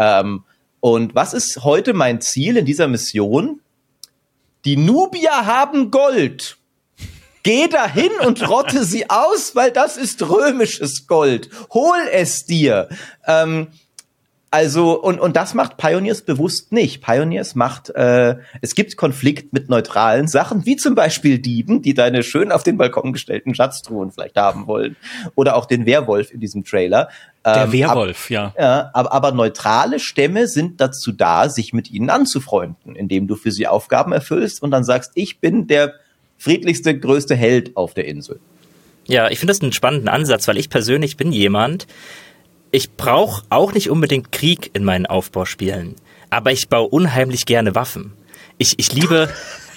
C: Und was ist heute mein Ziel in dieser Mission? Die Nubier haben Gold. Geh dahin und rotte sie aus, weil das ist römisches Gold. Hol es dir. Und das macht Pioneers bewusst nicht. Pioneers macht, es gibt Konflikt mit neutralen Sachen, wie zum Beispiel Dieben, die deine schön auf den Balkon gestellten Schatztruhen vielleicht haben wollen. Oder auch den Werwolf in diesem Trailer.
B: Der Werwolf, ja.
C: Aber neutrale Stämme sind dazu da, sich mit ihnen anzufreunden, indem du für sie Aufgaben erfüllst und dann sagst, ich bin der friedlichste, größte Held auf der Insel.
D: Ja, ich finde das einen spannenden Ansatz, weil ich persönlich bin jemand, ich brauche auch nicht unbedingt Krieg in meinen Aufbauspielen, aber ich baue unheimlich gerne Waffen. Ich liebe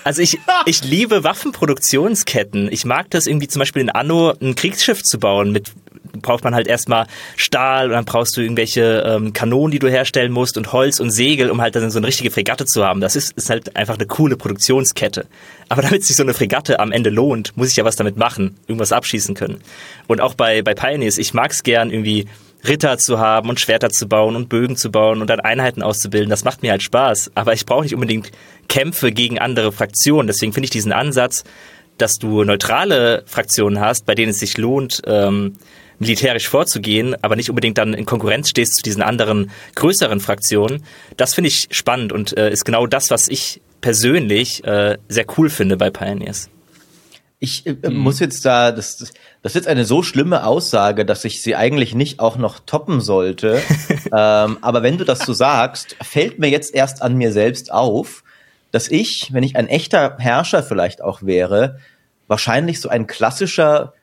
D: Waffenproduktionsketten. Ich mag das irgendwie zum Beispiel in Anno ein Kriegsschiff zu bauen. Braucht man halt erstmal Stahl und dann brauchst du irgendwelche Kanonen, die du herstellen musst und Holz und Segel, um halt dann so eine richtige Fregatte zu haben. Das ist halt einfach eine coole Produktionskette. Aber damit sich so eine Fregatte am Ende lohnt, muss ich ja was damit machen, irgendwas abschießen können. Und auch bei Pioneers, ich mag es gern irgendwie Ritter zu haben und Schwerter zu bauen und Bögen zu bauen und dann Einheiten auszubilden. Das macht mir halt Spaß. Aber ich brauche nicht unbedingt Kämpfe gegen andere Fraktionen. Deswegen finde ich diesen Ansatz, dass du neutrale Fraktionen hast, bei denen es sich lohnt, militärisch vorzugehen, aber nicht unbedingt dann in Konkurrenz stehst zu diesen anderen größeren Fraktionen. Das finde ich spannend und ist genau das, was ich persönlich sehr cool finde bei Pioneers.
C: Ich muss jetzt das ist jetzt eine so schlimme Aussage, dass ich sie eigentlich nicht auch noch toppen sollte. Aber wenn du das so sagst, fällt mir jetzt erst an mir selbst auf, dass ich, wenn ich ein echter Herrscher vielleicht auch wäre, wahrscheinlich so ein klassischer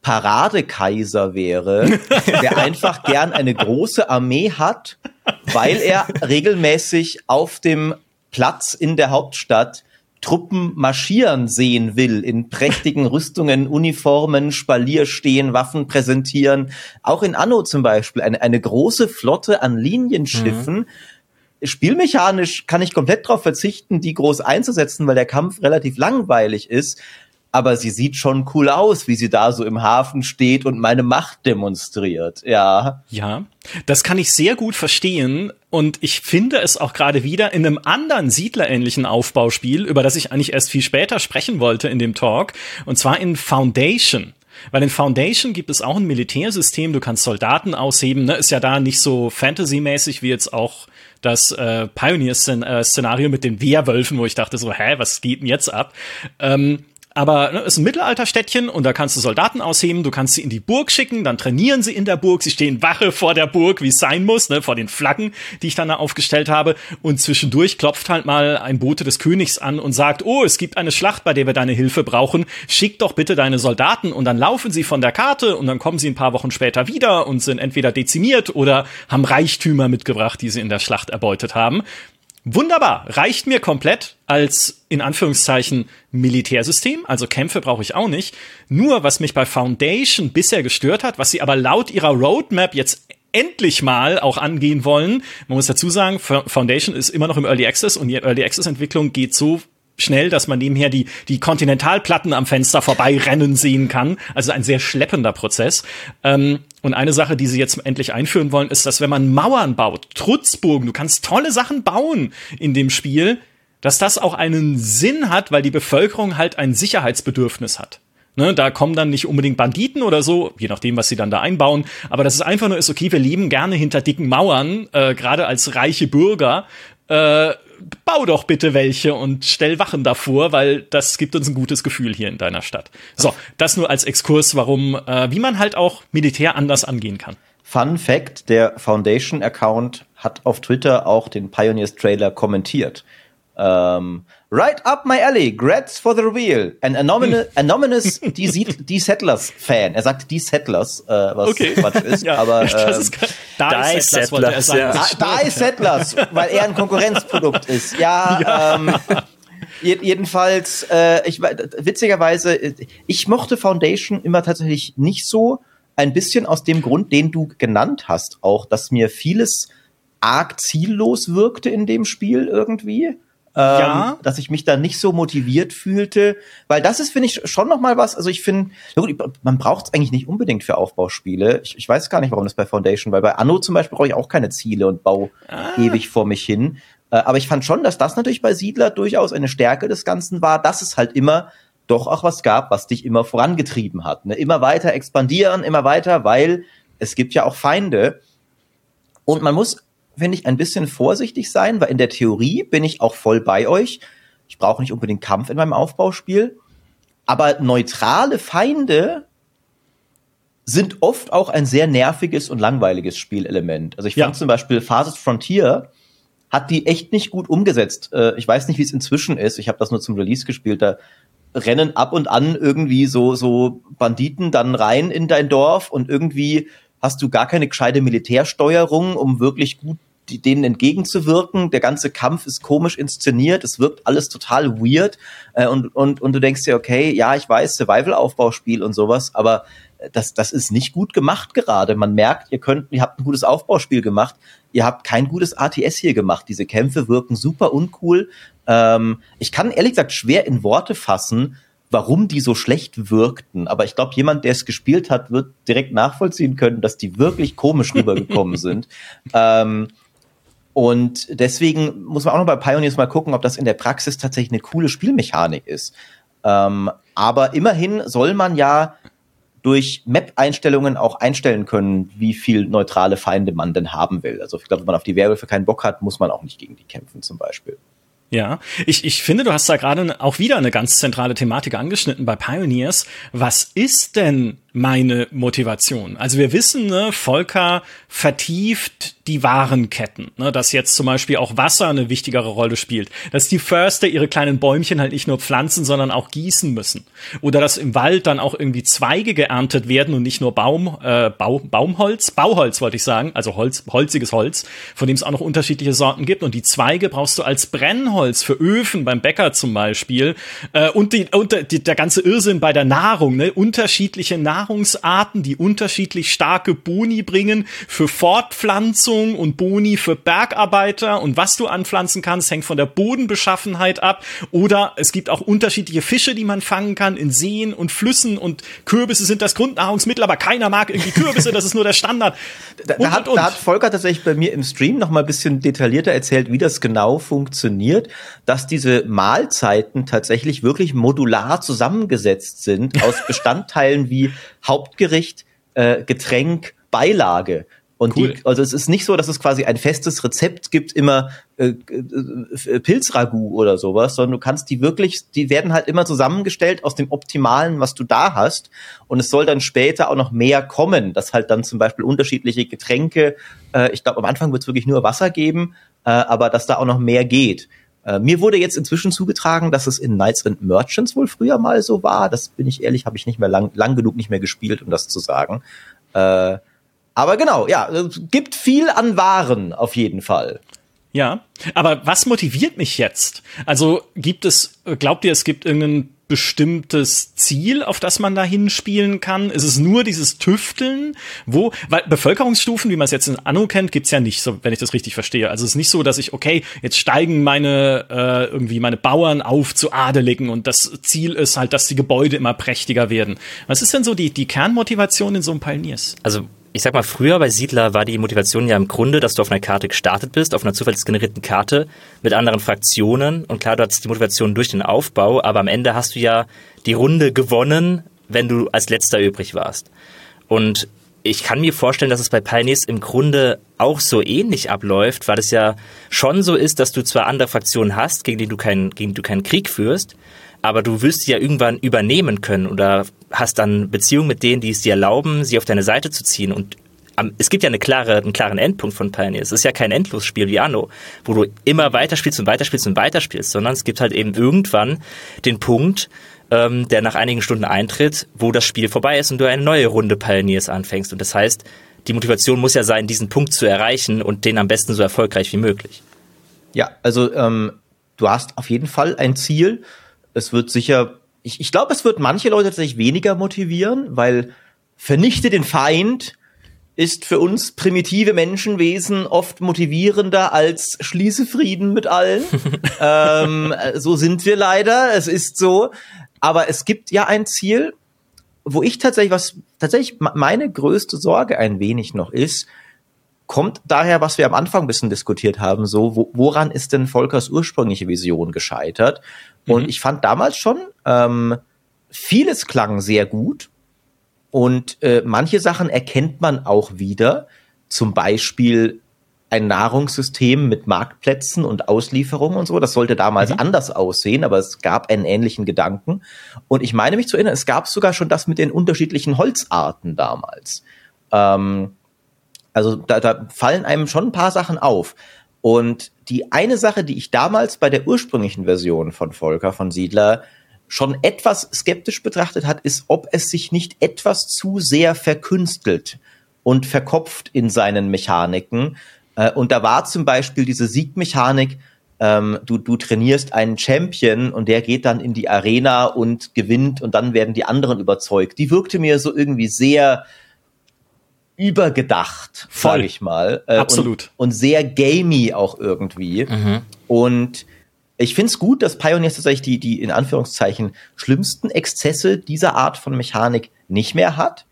C: Paradekaiser wäre, der einfach gern eine große Armee hat, weil er regelmäßig auf dem Platz in der Hauptstadt Truppen marschieren sehen will, in prächtigen Rüstungen, Uniformen, Spalier stehen, Waffen präsentieren. Auch in Anno zum Beispiel eine große Flotte an Linienschiffen. Spielmechanisch kann ich komplett darauf verzichten, die groß einzusetzen, weil der Kampf relativ langweilig ist. Aber sie sieht schon cool aus, wie sie da so im Hafen steht und meine Macht demonstriert, ja.
B: Ja, das kann ich sehr gut verstehen und ich finde es auch gerade wieder in einem anderen siedlerähnlichen Aufbauspiel, über das ich eigentlich erst viel später sprechen wollte in dem Talk, und zwar in Foundation. Weil in Foundation gibt es auch ein Militärsystem, du kannst Soldaten ausheben, ne? Ist ja da nicht so Fantasy-mäßig wie jetzt auch das Pioneer-Szenario mit den Werwölfen, wo ich dachte so, was geht denn jetzt ab? Aber es ist ein Mittelalterstädtchen und da kannst du Soldaten ausheben, du kannst sie in die Burg schicken, dann trainieren sie in der Burg, sie stehen Wache vor der Burg, wie es sein muss, ne, vor den Flaggen, die ich dann da aufgestellt habe, und zwischendurch klopft halt mal ein Bote des Königs an und sagt, oh, es gibt eine Schlacht, bei der wir deine Hilfe brauchen, schick doch bitte deine Soldaten, und dann laufen sie von der Karte und dann kommen sie ein paar Wochen später wieder und sind entweder dezimiert oder haben Reichtümer mitgebracht, die sie in der Schlacht erbeutet haben. Wunderbar, reicht mir komplett als, in Anführungszeichen, Militärsystem, also Kämpfe brauche ich auch nicht. Nur, was mich bei Foundation bisher gestört hat, was sie aber laut ihrer Roadmap jetzt endlich mal auch angehen wollen, man muss dazu sagen, Foundation ist immer noch im Early Access und die Early Access Entwicklung geht so schnell, dass man nebenher die Kontinentalplatten am Fenster vorbeirennen sehen kann. Also ein sehr schleppender Prozess. Und eine Sache, die sie jetzt endlich einführen wollen, ist, dass wenn man Mauern baut, Trutzburgen, du kannst tolle Sachen bauen in dem Spiel, dass das auch einen Sinn hat, weil die Bevölkerung halt ein Sicherheitsbedürfnis hat. Ne, da kommen dann nicht unbedingt Banditen oder so, je nachdem, was sie dann da einbauen. Aber dass es einfach nur ist, okay, wir leben gerne hinter dicken Mauern, gerade als reiche Bürger. Bau doch bitte welche und stell Wachen davor, weil das gibt uns ein gutes Gefühl hier in deiner Stadt. So, das nur als Exkurs, wie man halt auch Militär anders angehen kann.
C: Fun Fact, der Foundation-Account hat auf Twitter auch den Pioneers-Trailer kommentiert. Right up my alley, Grats for the reveal. An anonymous Die Settlers-Fan. Er sagt Die Settlers, was okay. Quatsch ist. Ja, aber
D: Die Settlers,
C: ja. Die Settlers, weil er ein Konkurrenzprodukt ist. Ja, jedenfalls, witzigerweise, ich mochte Foundation immer tatsächlich nicht so. Ein bisschen aus dem Grund, den du genannt hast, auch, dass mir vieles arg ziellos wirkte in dem Spiel irgendwie. Dass ich mich da nicht so motiviert fühlte, weil das ist, finde ich, schon noch mal was, also ich finde, man braucht es eigentlich nicht unbedingt für Aufbauspiele. Ich weiß gar nicht, warum das bei Foundation, weil bei Anno zum Beispiel brauche ich auch keine Ziele und baue ewig vor mich hin. Aber ich fand schon, dass das natürlich bei Siedler durchaus eine Stärke des Ganzen war, dass es halt immer doch auch was gab, was dich immer vorangetrieben hat. Ne? Immer weiter expandieren, immer weiter, weil es gibt ja auch Feinde. Und man muss, finde ich, ein bisschen vorsichtig sein, weil in der Theorie bin ich auch voll bei euch. Ich brauche nicht unbedingt Kampf in meinem Aufbauspiel. Aber neutrale Feinde sind oft auch ein sehr nerviges und langweiliges Spielelement. Also ich fand zum Beispiel Farthest Frontier hat die echt nicht gut umgesetzt. Ich weiß nicht, wie es inzwischen ist. Ich habe das nur zum Release gespielt. Da rennen ab und an irgendwie so Banditen dann rein in dein Dorf und irgendwie hast du gar keine gescheite Militärsteuerung, um wirklich gut denen entgegenzuwirken. Der ganze Kampf ist komisch inszeniert. Es wirkt alles total weird. Und du denkst dir, okay, ja, ich weiß, Survival-Aufbauspiel und sowas, aber das ist nicht gut gemacht gerade. Man merkt, ihr habt ein gutes Aufbauspiel gemacht. Ihr habt kein gutes ATS hier gemacht. Diese Kämpfe wirken super uncool. Ich kann ehrlich gesagt schwer in Worte fassen, warum die so schlecht wirkten. Aber ich glaube, jemand, der es gespielt hat, wird direkt nachvollziehen können, dass die wirklich komisch rübergekommen sind. Und deswegen muss man auch noch bei Pioneers mal gucken, ob das in der Praxis tatsächlich eine coole Spielmechanik ist. Aber immerhin soll man ja durch Map-Einstellungen auch einstellen können, wie viel neutrale Feinde man denn haben will. Also ich glaube, wenn man auf die Werwölfe keinen Bock hat, muss man auch nicht gegen die kämpfen zum Beispiel.
B: Ja, ich finde, du hast da gerade auch wieder eine ganz zentrale Thematik angeschnitten bei Pioneers. Was ist denn meine Motivation. Also wir wissen, ne, Volker vertieft die Warenketten, ne, dass jetzt zum Beispiel auch Wasser eine wichtigere Rolle spielt, dass die Förster ihre kleinen Bäumchen halt nicht nur pflanzen, sondern auch gießen müssen. Oder dass im Wald dann auch irgendwie Zweige geerntet werden und nicht nur Bauholz wollte ich sagen, also holziges Holz, von dem es auch noch unterschiedliche Sorten gibt. Und die Zweige brauchst du als Brennholz für Öfen beim Bäcker zum Beispiel. Und der ganze Irrsinn bei der Nahrung, ne, unterschiedliche Nahrungsarten, die unterschiedlich starke Boni bringen für Fortpflanzung und Boni für Bergarbeiter, und was du anpflanzen kannst, hängt von der Bodenbeschaffenheit ab. Oder es gibt auch unterschiedliche Fische, die man fangen kann in Seen und Flüssen, und Kürbisse sind das Grundnahrungsmittel, aber keiner mag irgendwie Kürbisse, das ist nur der Standard.
C: Da hat Volker tatsächlich bei mir im Stream noch mal ein bisschen detaillierter erzählt, wie das genau funktioniert, dass diese Mahlzeiten tatsächlich wirklich modular zusammengesetzt sind aus Bestandteilen wie Hauptgericht, Getränk, Beilage. Und
B: cool.
C: Also es ist nicht so, dass es quasi ein festes Rezept gibt, immer Pilzragout oder sowas, sondern du kannst die werden halt immer zusammengestellt aus dem Optimalen, was du da hast. Und es soll dann später auch noch mehr kommen, dass halt dann zum Beispiel unterschiedliche Getränke, ich glaube am Anfang wird es wirklich nur Wasser geben, aber dass da auch noch mehr geht. Mir wurde jetzt inzwischen zugetragen, dass es in Knights and Merchants wohl früher mal so war. Das bin ich ehrlich, habe ich nicht mehr lang genug nicht mehr gespielt, um das zu sagen. Aber genau, ja, es gibt viel an Waren auf jeden Fall.
B: Ja, aber was motiviert mich jetzt? Also glaubt ihr, es gibt irgendein bestimmtes Ziel, auf das man da hinspielen kann? Ist es nur dieses Tüfteln? Weil Bevölkerungsstufen, wie man es jetzt in Anno kennt, gibt's ja nicht, so, wenn ich das richtig verstehe. Also es ist nicht so, dass jetzt steigen meine Bauern auf zu Adeligen und das Ziel ist halt, dass die Gebäude immer prächtiger werden. Was ist denn so die Kernmotivation in so einem Pioneers?
D: Also ich sag mal, früher bei Siedler war die Motivation ja im Grunde, dass du auf einer Karte gestartet bist, auf einer zufällig generierten Karte mit anderen Fraktionen. Und klar, du hattest die Motivation durch den Aufbau, aber am Ende hast du ja die Runde gewonnen, wenn du als Letzter übrig warst. Und ich kann mir vorstellen, dass es bei Pioneers im Grunde auch so ähnlich abläuft, weil es ja schon so ist, dass du zwar andere Fraktionen hast, gegen die du keinen Krieg führst, aber du wirst sie ja irgendwann übernehmen können oder hast dann Beziehungen mit denen, die es dir erlauben, sie auf deine Seite zu ziehen. Und es gibt ja einen klaren Endpunkt von Pioneers. Es ist ja kein Endlosspiel wie Anno, wo du immer weiterspielst, sondern es gibt halt eben irgendwann den Punkt, der nach einigen Stunden eintritt, wo das Spiel vorbei ist und du eine neue Runde Pioneers anfängst. Und das heißt, die Motivation muss ja sein, diesen Punkt zu erreichen und den am besten so erfolgreich wie möglich.
C: Ja, also du hast auf jeden Fall ein Ziel. Es wird sicher, ich glaube, es wird manche Leute tatsächlich weniger motivieren, weil vernichte den Feind ist für uns primitive Menschenwesen oft motivierender als schließe Frieden mit allen. So sind wir leider, es ist so. Aber es gibt ja ein Ziel, wo ich tatsächlich meine größte Sorge ein wenig noch ist, kommt daher, was wir am Anfang ein bisschen diskutiert haben, so, woran ist denn Volkers ursprüngliche Vision gescheitert? Und ich fand damals schon, vieles klang sehr gut und manche Sachen erkennt man auch wieder, zum Beispiel ein Nahrungssystem mit Marktplätzen und Auslieferungen und so, das sollte damals anders aussehen, aber es gab einen ähnlichen Gedanken. Und ich meine mich zu erinnern, es gab sogar schon das mit den unterschiedlichen Holzarten damals. Also da fallen einem schon ein paar Sachen auf. Und die eine Sache, die ich damals bei der ursprünglichen Version von Volker, von Siedler, schon etwas skeptisch betrachtet hat, ist, ob es sich nicht etwas zu sehr verkünstelt und verkopft in seinen Mechaniken. Und da war zum Beispiel diese Siegmechanik, du trainierst einen Champion und der geht dann in die Arena und gewinnt und dann werden die anderen überzeugt. Die wirkte mir so irgendwie sehr übergedacht, sage ich mal.
B: Absolut.
C: Und sehr gamey auch irgendwie. Und ich find's gut, dass Pioneers tatsächlich die in Anführungszeichen schlimmsten Exzesse dieser Art von Mechanik nicht mehr hat.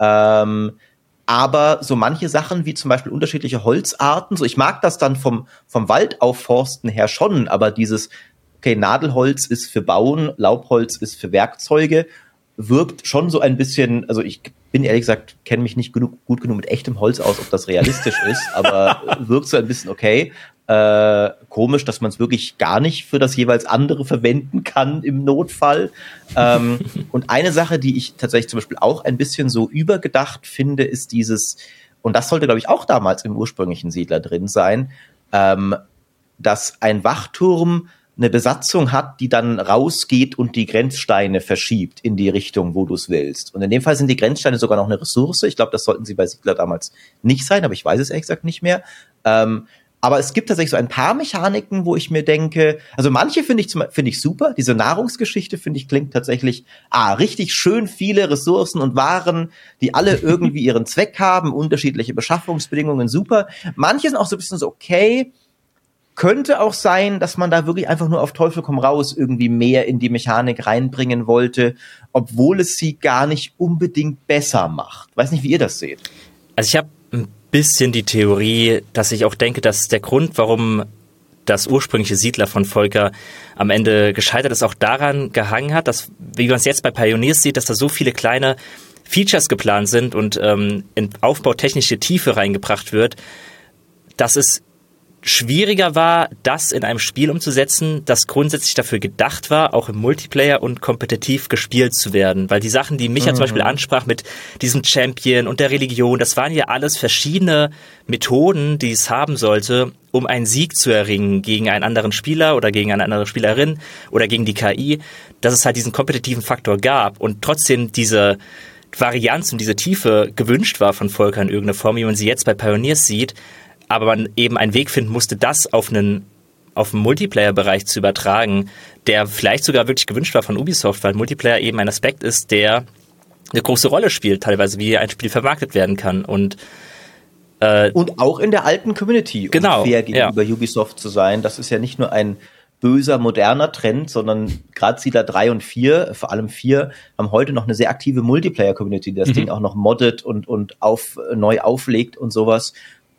C: Aber so manche Sachen wie zum Beispiel unterschiedliche Holzarten, so ich mag das dann vom Waldaufforsten her schon, aber dieses, okay, Nadelholz ist für Bauen, Laubholz ist für Werkzeuge, wirkt schon so ein bisschen, also ich bin ehrlich gesagt, kenne mich nicht gut genug mit echtem Holz aus, ob das realistisch ist, aber wirkt so ein bisschen okay. Komisch, dass man es wirklich gar nicht für das jeweils andere verwenden kann im Notfall. Und eine Sache, die ich tatsächlich zum Beispiel auch ein bisschen so übergedacht finde, ist dieses, und das sollte, glaube ich, auch damals im ursprünglichen Siedler drin sein, dass ein Wachturm eine Besatzung hat, die dann rausgeht und die Grenzsteine verschiebt in die Richtung, wo du es willst. Und in dem Fall sind die Grenzsteine sogar noch eine Ressource. Ich glaube, das sollten sie bei Siedler damals nicht sein, aber ich weiß es ehrlich gesagt nicht mehr. Aber es gibt tatsächlich so ein paar Mechaniken, wo ich mir denke, also manche finde ich super. Diese Nahrungsgeschichte, finde ich, klingt tatsächlich richtig schön, viele Ressourcen und Waren, die alle irgendwie ihren Zweck haben, unterschiedliche Beschaffungsbedingungen, super. Manche sind auch so ein bisschen so, okay, könnte auch sein, dass man da wirklich einfach nur auf Teufel komm raus irgendwie mehr in die Mechanik reinbringen wollte, obwohl es sie gar nicht unbedingt besser macht. Weiß nicht, wie ihr das seht.
D: Also ich habe ein bisschen die Theorie, dass ich auch denke, dass der Grund, warum das ursprüngliche Siedler von Volker am Ende gescheitert ist, auch daran gehangen hat, dass, wie man es jetzt bei Pioneers sieht, dass da so viele kleine Features geplant sind und in aufbautechnische Tiefe reingebracht wird, dass es schwieriger war, das in einem Spiel umzusetzen, das grundsätzlich dafür gedacht war, auch im Multiplayer und kompetitiv gespielt zu werden. Weil die Sachen, die Micha zum Beispiel ansprach mit diesem Champion und der Religion, das waren ja alles verschiedene Methoden, die es haben sollte, um einen Sieg zu erringen gegen einen anderen Spieler oder gegen eine andere Spielerin oder gegen die KI, dass es halt diesen kompetitiven Faktor gab und trotzdem diese Varianz und diese Tiefe gewünscht war von Volker in irgendeiner Form, wie man sie jetzt bei Pioneers sieht, aber man eben einen Weg finden musste, das auf einen Multiplayer-Bereich zu übertragen, der vielleicht sogar wirklich gewünscht war von Ubisoft, weil Multiplayer eben ein Aspekt ist, der eine große Rolle spielt, teilweise wie ein Spiel vermarktet werden kann. Und
C: auch in der alten Community,
D: genau,
C: um fair gegenüber Ubisoft zu sein. Das ist ja nicht nur ein böser, moderner Trend, sondern gerade Siedler 3 und 4, vor allem 4, haben heute noch eine sehr aktive Multiplayer-Community, die das Ding auch noch moddet und neu auflegt und sowas.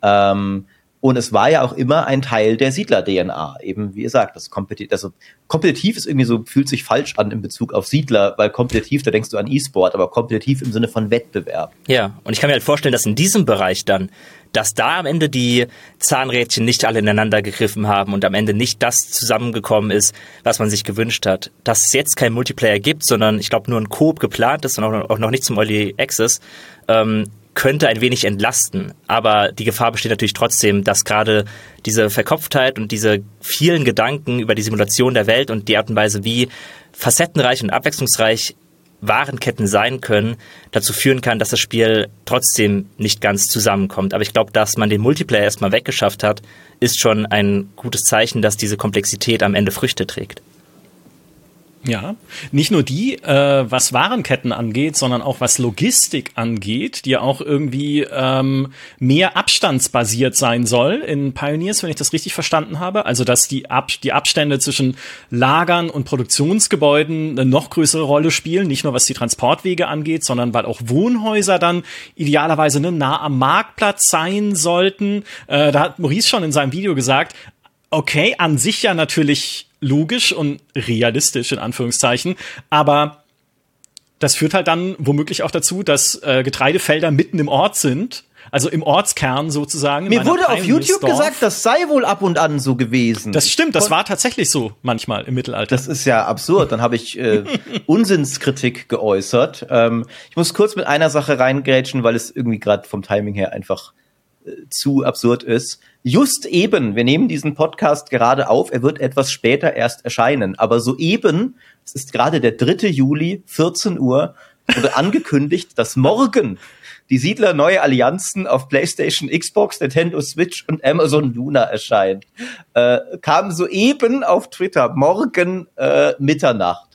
C: Und es war ja auch immer ein Teil der Siedler-DNA. Eben, wie ihr sagt, das kompetitiv ist irgendwie so, fühlt sich falsch an in Bezug auf Siedler, weil kompetitiv, da denkst du an E-Sport, aber kompetitiv im Sinne von Wettbewerb.
D: Ja, und ich kann mir halt vorstellen, dass in diesem Bereich dann, dass da am Ende die Zahnrädchen nicht alle ineinander gegriffen haben und am Ende nicht das zusammengekommen ist, was man sich gewünscht hat. Dass es jetzt kein Multiplayer gibt, sondern ich glaube nur ein Coop geplant ist und auch noch nicht zum Early Access, könnte ein wenig entlasten. Aber die Gefahr besteht natürlich trotzdem, dass gerade diese Verkopftheit und diese vielen Gedanken über die Simulation der Welt und die Art und Weise, wie facettenreich und abwechslungsreich Warenketten sein können, dazu führen kann, dass das Spiel trotzdem nicht ganz zusammenkommt. Aber ich glaube, dass man den Multiplayer erstmal weggeschafft hat, ist schon ein gutes Zeichen, dass diese Komplexität am Ende Früchte trägt.
B: Ja, nicht nur die, was Warenketten angeht, sondern auch was Logistik angeht, die ja auch irgendwie mehr abstandsbasiert sein soll in Pioneers, wenn ich das richtig verstanden habe. Also dass die Abstände zwischen Lagern und Produktionsgebäuden eine noch größere Rolle spielen, nicht nur was die Transportwege angeht, sondern weil auch Wohnhäuser dann idealerweise nah am Marktplatz sein sollten. Da hat Maurice schon in seinem Video gesagt, okay, an sich ja natürlich logisch und realistisch in Anführungszeichen, aber das führt halt dann womöglich auch dazu, dass Getreidefelder mitten im Ort sind, also im Ortskern sozusagen.
C: Mir wurde auf YouTube gesagt, das sei wohl ab und an so gewesen.
B: Das stimmt, das war tatsächlich so manchmal im Mittelalter.
C: Das ist ja absurd, dann habe ich Unsinnskritik geäußert. Ich muss kurz mit einer Sache reingrätschen, weil es irgendwie gerade vom Timing her einfach zu absurd ist. Just eben, wir nehmen diesen Podcast gerade auf, er wird etwas später erst erscheinen, aber soeben, es ist gerade der 3. Juli, 14 Uhr, wurde angekündigt, dass morgen die Siedler neue Allianzen auf PlayStation, Xbox, Nintendo Switch und Amazon Luna erscheint. Kam soeben auf Twitter, morgen Mitternacht.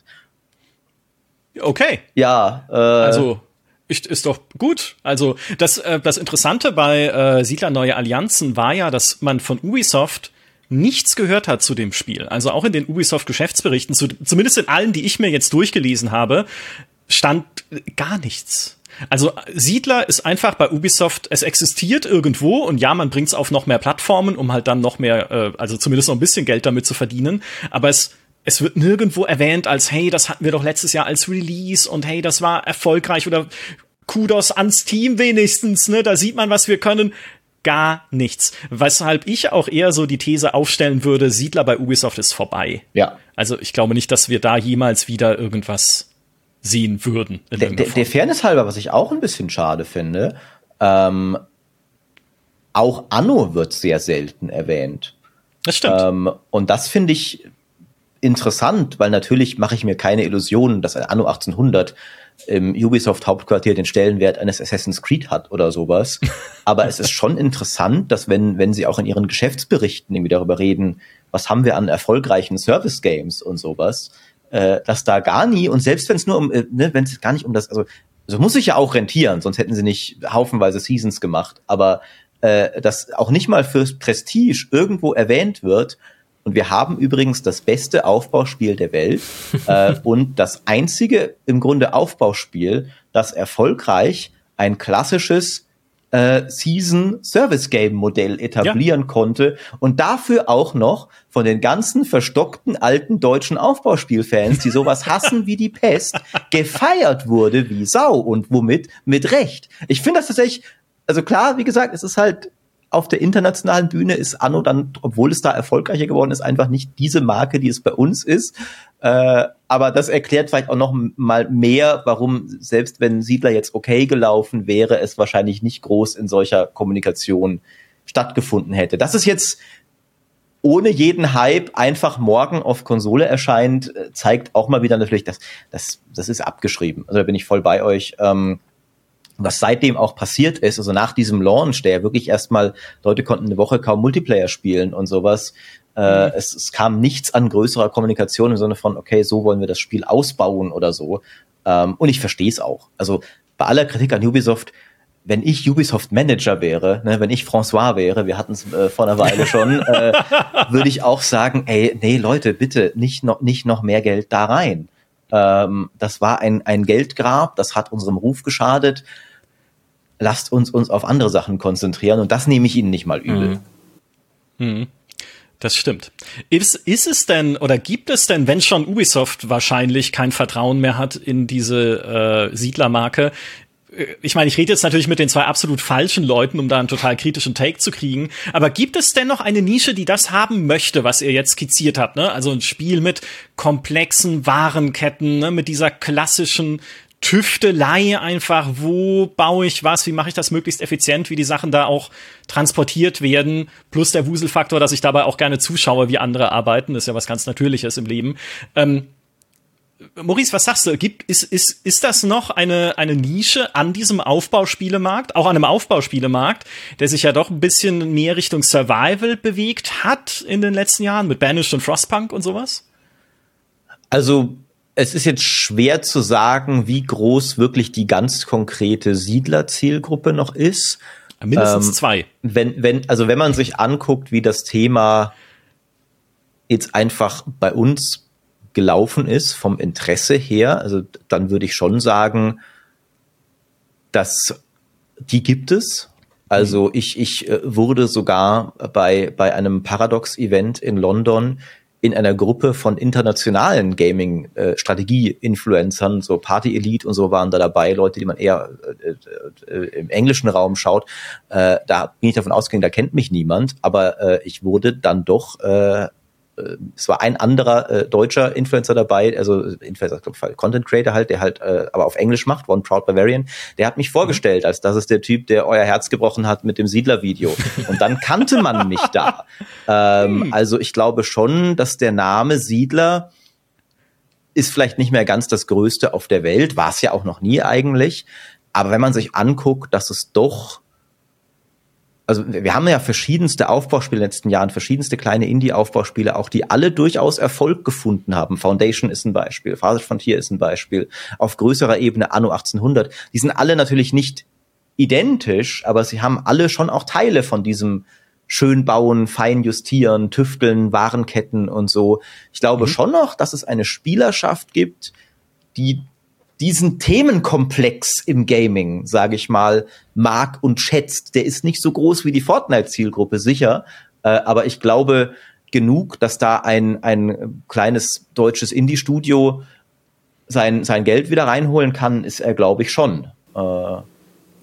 B: Okay.
C: Ja,
B: also ist doch gut. Also das Interessante bei Siedler Neue Allianzen war ja, dass man von Ubisoft nichts gehört hat zu dem Spiel. Also auch in den Ubisoft-Geschäftsberichten, zumindest in allen, die ich mir jetzt durchgelesen habe, stand gar nichts. Also Siedler ist einfach bei Ubisoft, es existiert irgendwo und ja, man bringt es auf noch mehr Plattformen, um halt dann noch mehr, also zumindest noch ein bisschen Geld damit zu verdienen, aber es wird nirgendwo erwähnt als, hey, das hatten wir doch letztes Jahr als Release und hey, das war erfolgreich oder Kudos ans Team wenigstens, ne, da sieht man, was wir können. gar nichts. Weshalb ich auch eher so die These aufstellen würde, Siedler bei Ubisoft ist vorbei.
C: Ja.
B: Also ich glaube nicht, dass wir da jemals wieder irgendwas sehen würden.
C: Der Fairness halber, was ich auch ein bisschen schade finde, auch Anno wird sehr selten erwähnt.
B: Das stimmt.
C: Und das finde ich interessant, weil natürlich mache ich mir keine Illusionen, dass ein Anno 1800 im Ubisoft-Hauptquartier den Stellenwert eines Assassin's Creed hat oder sowas. Aber es ist schon interessant, dass wenn sie auch in ihren Geschäftsberichten irgendwie darüber reden, was haben wir an erfolgreichen Service-Games und sowas, dass da gar nie, und selbst wenn es nur wenn es gar nicht um das, also muss sich ja auch rentieren, sonst hätten sie nicht haufenweise Seasons gemacht, aber dass auch nicht mal fürs Prestige irgendwo erwähnt wird. Und wir haben übrigens das beste Aufbauspiel der Welt und das einzige im Grunde Aufbauspiel, das erfolgreich ein klassisches Season-Service-Game-Modell etablieren konnte und dafür auch noch von den ganzen verstockten alten deutschen Aufbauspielfans, die sowas hassen wie die Pest, gefeiert wurde wie Sau und womit? Mit Recht. Ich finde das tatsächlich, also klar, wie gesagt, es ist halt auf der internationalen Bühne ist Anno dann, obwohl es da erfolgreicher geworden ist, einfach nicht diese Marke, die es bei uns ist. Aber das erklärt vielleicht auch noch mal mehr, warum, selbst wenn Siedler jetzt okay gelaufen wäre, es wahrscheinlich nicht groß in solcher Kommunikation stattgefunden hätte. Dass es jetzt ohne jeden Hype einfach morgen auf Konsole erscheint, zeigt auch mal wieder natürlich, das ist abgeschrieben. Also da bin ich voll bei euch. Was seitdem auch passiert ist, also nach diesem Launch, der ja wirklich erstmal, Leute konnten eine Woche kaum Multiplayer spielen und sowas, es kam nichts an größerer Kommunikation im Sinne von, okay, so wollen wir das Spiel ausbauen oder so. Und ich verstehe es auch. Also bei aller Kritik an Ubisoft, wenn ich Ubisoft-Manager wäre, ne, wenn ich François wäre, wir hatten es vor einer Weile schon, würde ich auch sagen, ey, nee, Leute, bitte nicht noch mehr Geld da rein. Das war ein Geldgrab, das hat unserem Ruf geschadet. Lasst uns auf andere Sachen konzentrieren und das nehme ich Ihnen nicht mal übel.
B: Das stimmt. Ist es denn oder gibt es denn, wenn schon Ubisoft wahrscheinlich kein Vertrauen mehr hat in diese Siedlermarke, ich meine, ich rede jetzt natürlich mit den zwei absolut falschen Leuten, um da einen total kritischen Take zu kriegen, aber gibt es denn noch eine Nische, die das haben möchte, was ihr jetzt skizziert habt, ne? Also ein Spiel mit komplexen Warenketten, ne? Mit dieser klassischen Tüftelei einfach, wo baue ich was, wie mache ich das möglichst effizient, wie die Sachen da auch transportiert werden, plus der Wuselfaktor, dass ich dabei auch gerne zuschaue, wie andere arbeiten, das ist ja was ganz Natürliches im Leben. Maurice, was sagst du? Ist das noch eine Nische an diesem Aufbauspielemarkt, auch an einem Aufbauspielemarkt, der sich ja doch ein bisschen mehr Richtung Survival bewegt hat in den letzten Jahren mit Banished und Frostpunk und sowas? Also es ist jetzt schwer zu sagen, wie groß wirklich die ganz konkrete Siedler-Zielgruppe noch ist. Mindestens zwei.
C: Wenn man sich anguckt, wie das Thema jetzt einfach bei uns gelaufen ist, vom Interesse her, also dann würde ich schon sagen, dass die gibt es. Also ich wurde sogar bei einem Paradox-Event in London in einer Gruppe von internationalen Gaming-Strategie-Influencern, so Party Elite und so waren da dabei, Leute, die man eher im englischen Raum schaut. Da bin ich davon ausgegangen, da kennt mich niemand, aber ich wurde dann doch, es war ein anderer deutscher Influencer dabei, also Influencer, Content Creator halt, der halt aber auf Englisch macht, One Proud Bavarian, der hat mich vorgestellt, als das ist der Typ, der euer Herz gebrochen hat mit dem Siedler-Video. Und dann kannte man mich da. Also ich glaube schon, dass der Name Siedler ist vielleicht nicht mehr ganz das Größte auf der Welt, war es ja auch noch nie eigentlich, aber wenn man sich anguckt, dass es doch, also wir haben ja verschiedenste Aufbauspiele in den letzten Jahren, verschiedenste kleine Indie-Aufbauspiele, auch die alle durchaus Erfolg gefunden haben. Foundation ist ein Beispiel, Phasage Frontier ist ein Beispiel, auf größerer Ebene Anno 1800. Die sind alle natürlich nicht identisch, aber sie haben alle schon auch Teile von diesem schön bauen, fein justieren, tüfteln, Warenketten und so. Ich glaube schon noch, dass es eine Spielerschaft gibt, die diesen Themenkomplex im Gaming, sage ich mal, mag und schätzt. Der ist nicht so groß wie die Fortnite-Zielgruppe, sicher, aber ich glaube genug, dass da ein kleines deutsches Indie-Studio sein Geld wieder reinholen kann, ist er, glaube ich, schon.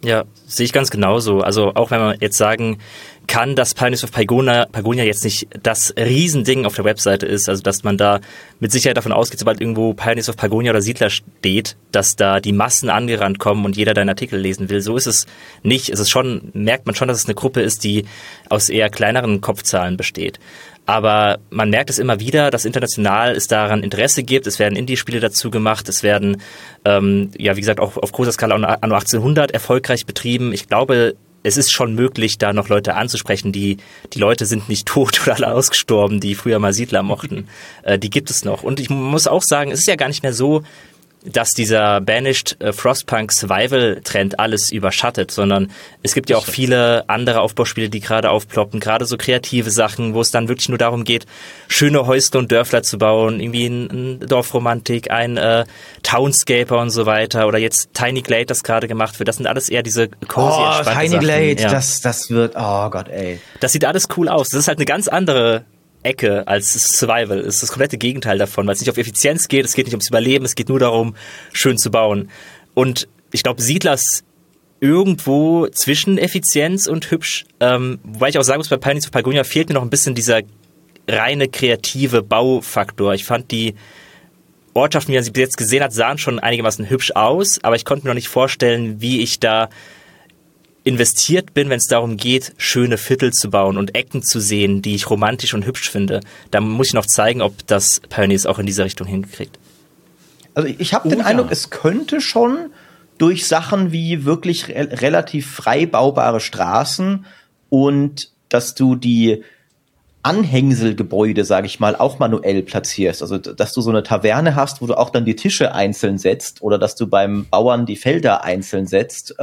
D: Ja, sehe ich ganz genauso. Also auch wenn man jetzt sagen kann, dass Pioneers of Pagonia jetzt nicht das Riesending auf der Webseite ist, also dass man da mit Sicherheit davon ausgeht, sobald irgendwo Pioneers of Pagonia oder Siedler steht, dass da die Massen angerannt kommen und jeder deinen Artikel lesen will. So ist es nicht. Es ist schon, merkt man schon, dass es eine Gruppe ist, die aus eher kleineren Kopfzahlen besteht. Aber man merkt es immer wieder, dass international es daran Interesse gibt. Es werden Indie-Spiele dazu gemacht. Es werden, wie gesagt, auch auf großer Skala Anno 1800 erfolgreich betrieben. Ich glaube, es ist schon möglich, da noch Leute anzusprechen. Die Leute sind nicht tot oder alle ausgestorben, die früher mal Siedler mochten. Die gibt es noch. Und ich muss auch sagen, es ist ja gar nicht mehr so, dass dieser Banished Frostpunk Survival Trend alles überschattet, sondern es gibt ja auch viele andere Aufbauspiele, die gerade aufploppen, gerade so kreative Sachen, wo es dann wirklich nur darum geht, schöne Häusle und Dörfler zu bauen, irgendwie ein Dorfromantik, ein Townscaper und so weiter, oder jetzt Tiny Glade, das gerade gemacht wird. Das sind alles eher diese cozy, entspannte
C: Tiny
D: Sachen.
C: Glade,
D: Ja.
C: das wird, oh Gott, ey.
D: Das sieht alles cool aus. Das ist halt eine ganz andere Ecke als Survival. Es ist das komplette Gegenteil davon, weil es nicht auf Effizienz geht, es geht nicht ums Überleben, es geht nur darum, schön zu bauen. Und ich glaube, Siedler ist irgendwo zwischen Effizienz und hübsch. Wobei ich auch sagen muss, bei Pioneers of Pagonia fehlt mir noch ein bisschen dieser reine kreative Baufaktor. Ich fand die Ortschaften, wie man sie bis jetzt gesehen hat, sahen schon einigermaßen hübsch aus, aber ich konnte mir noch nicht vorstellen, wie ich da investiert bin, wenn es darum geht, schöne Viertel zu bauen und Ecken zu sehen, die ich romantisch und hübsch finde. Da muss ich noch zeigen, ob das Pioneers auch in diese Richtung hinkriegt.
C: Also ich habe den Eindruck, es könnte schon durch Sachen wie wirklich relativ frei baubare Straßen und dass du die Anhängselgebäude, sage ich mal, auch manuell platzierst. Also dass du so eine Taverne hast, wo du auch dann die Tische einzeln setzt oder dass du beim Bauern die Felder einzeln setzt.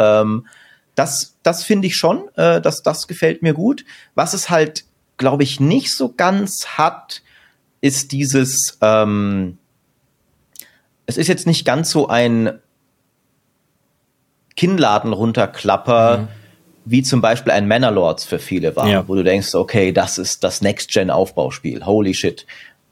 C: Das finde ich schon, das gefällt mir gut. Was es halt, glaube ich, nicht so ganz hat, ist dieses, es ist jetzt nicht ganz so ein Kinnladen runterklapper, wie zum Beispiel ein Manor-Lords für viele war, wo du denkst, okay, das ist das Next-Gen-Aufbauspiel, holy shit.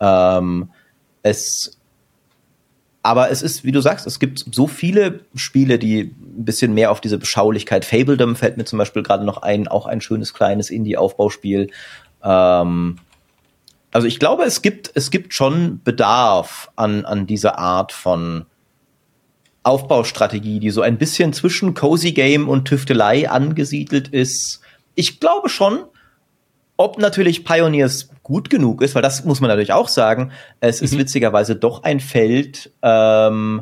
C: Aber es ist, wie du sagst, es gibt so viele Spiele, die ein bisschen mehr auf diese Beschaulichkeit, Fabledom fällt mir zum Beispiel gerade noch ein, auch ein schönes kleines Indie-Aufbauspiel. Also ich glaube, es gibt schon Bedarf an dieser Art von Aufbaustrategie, die so ein bisschen zwischen Cozy Game und Tüftelei angesiedelt ist. Ich glaube schon, ob natürlich Pioneers gut genug ist, weil das muss man natürlich auch sagen, es ist witzigerweise doch ein Feld, wo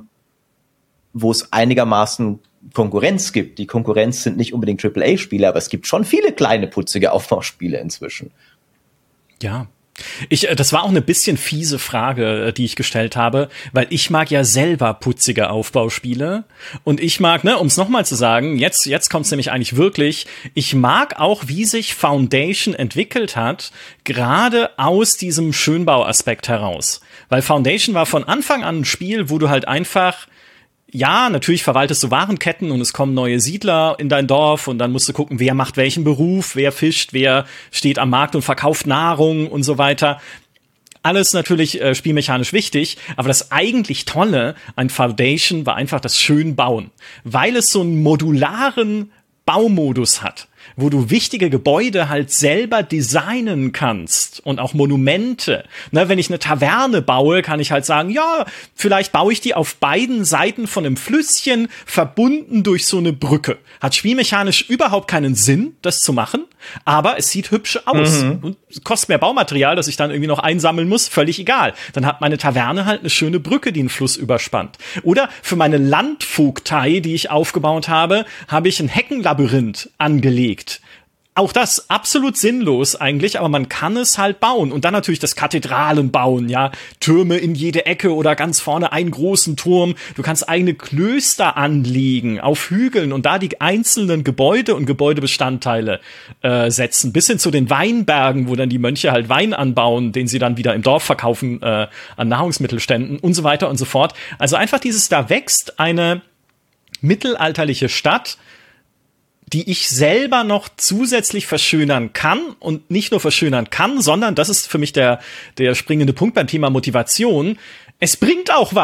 C: es einigermaßen Konkurrenz gibt. Die Konkurrenz sind nicht unbedingt AAA-Spiele, aber es gibt schon viele kleine, putzige Aufbauspiele inzwischen.
B: Ja. Das war auch eine bisschen fiese Frage, die ich gestellt habe, weil ich mag ja selber putzige Aufbauspiele und ich mag, um es nochmal zu sagen, jetzt kommt es nämlich eigentlich wirklich, ich mag auch, wie sich Foundation entwickelt hat, gerade aus diesem Schönbauaspekt heraus. Weil Foundation war von Anfang an ein Spiel, wo du halt einfach, ja, natürlich verwaltest du Warenketten und es kommen neue Siedler in dein Dorf und dann musst du gucken, wer macht welchen Beruf, wer fischt, wer steht am Markt und verkauft Nahrung und so weiter. Alles natürlich spielmechanisch wichtig, aber das eigentlich Tolle an Foundation war einfach das schön Bauen, weil es so einen modularen Baumodus hat, wo du wichtige Gebäude halt selber designen kannst und auch Monumente. Wenn ich eine Taverne baue, kann ich halt sagen, ja, vielleicht baue ich die auf beiden Seiten von einem Flüsschen, verbunden durch so eine Brücke. Hat spielmechanisch überhaupt keinen Sinn, das zu machen, aber es sieht hübsch aus. Und kostet mehr Baumaterial, das ich dann irgendwie noch einsammeln muss, völlig egal. Dann hat meine Taverne halt eine schöne Brücke, die einen Fluss überspannt. Oder für meine Landvogtei, die ich aufgebaut habe, habe ich ein Heckenlabyrinth angelegt. Auch das absolut sinnlos eigentlich, aber man kann es halt bauen. Und dann natürlich das Kathedralen bauen, ja. Türme in jede Ecke oder ganz vorne einen großen Turm. Du kannst eigene Klöster anlegen auf Hügeln und da die einzelnen Gebäude und Gebäudebestandteile setzen. Bis hin zu den Weinbergen, wo dann die Mönche halt Wein anbauen, den sie dann wieder im Dorf verkaufen an Nahrungsmittelständen und so weiter und so fort. Also einfach da wächst eine mittelalterliche Stadt, die ich selber noch zusätzlich verschönern kann und nicht nur verschönern kann, sondern das ist für mich der springende Punkt beim Thema Motivation. Es bringt auch was.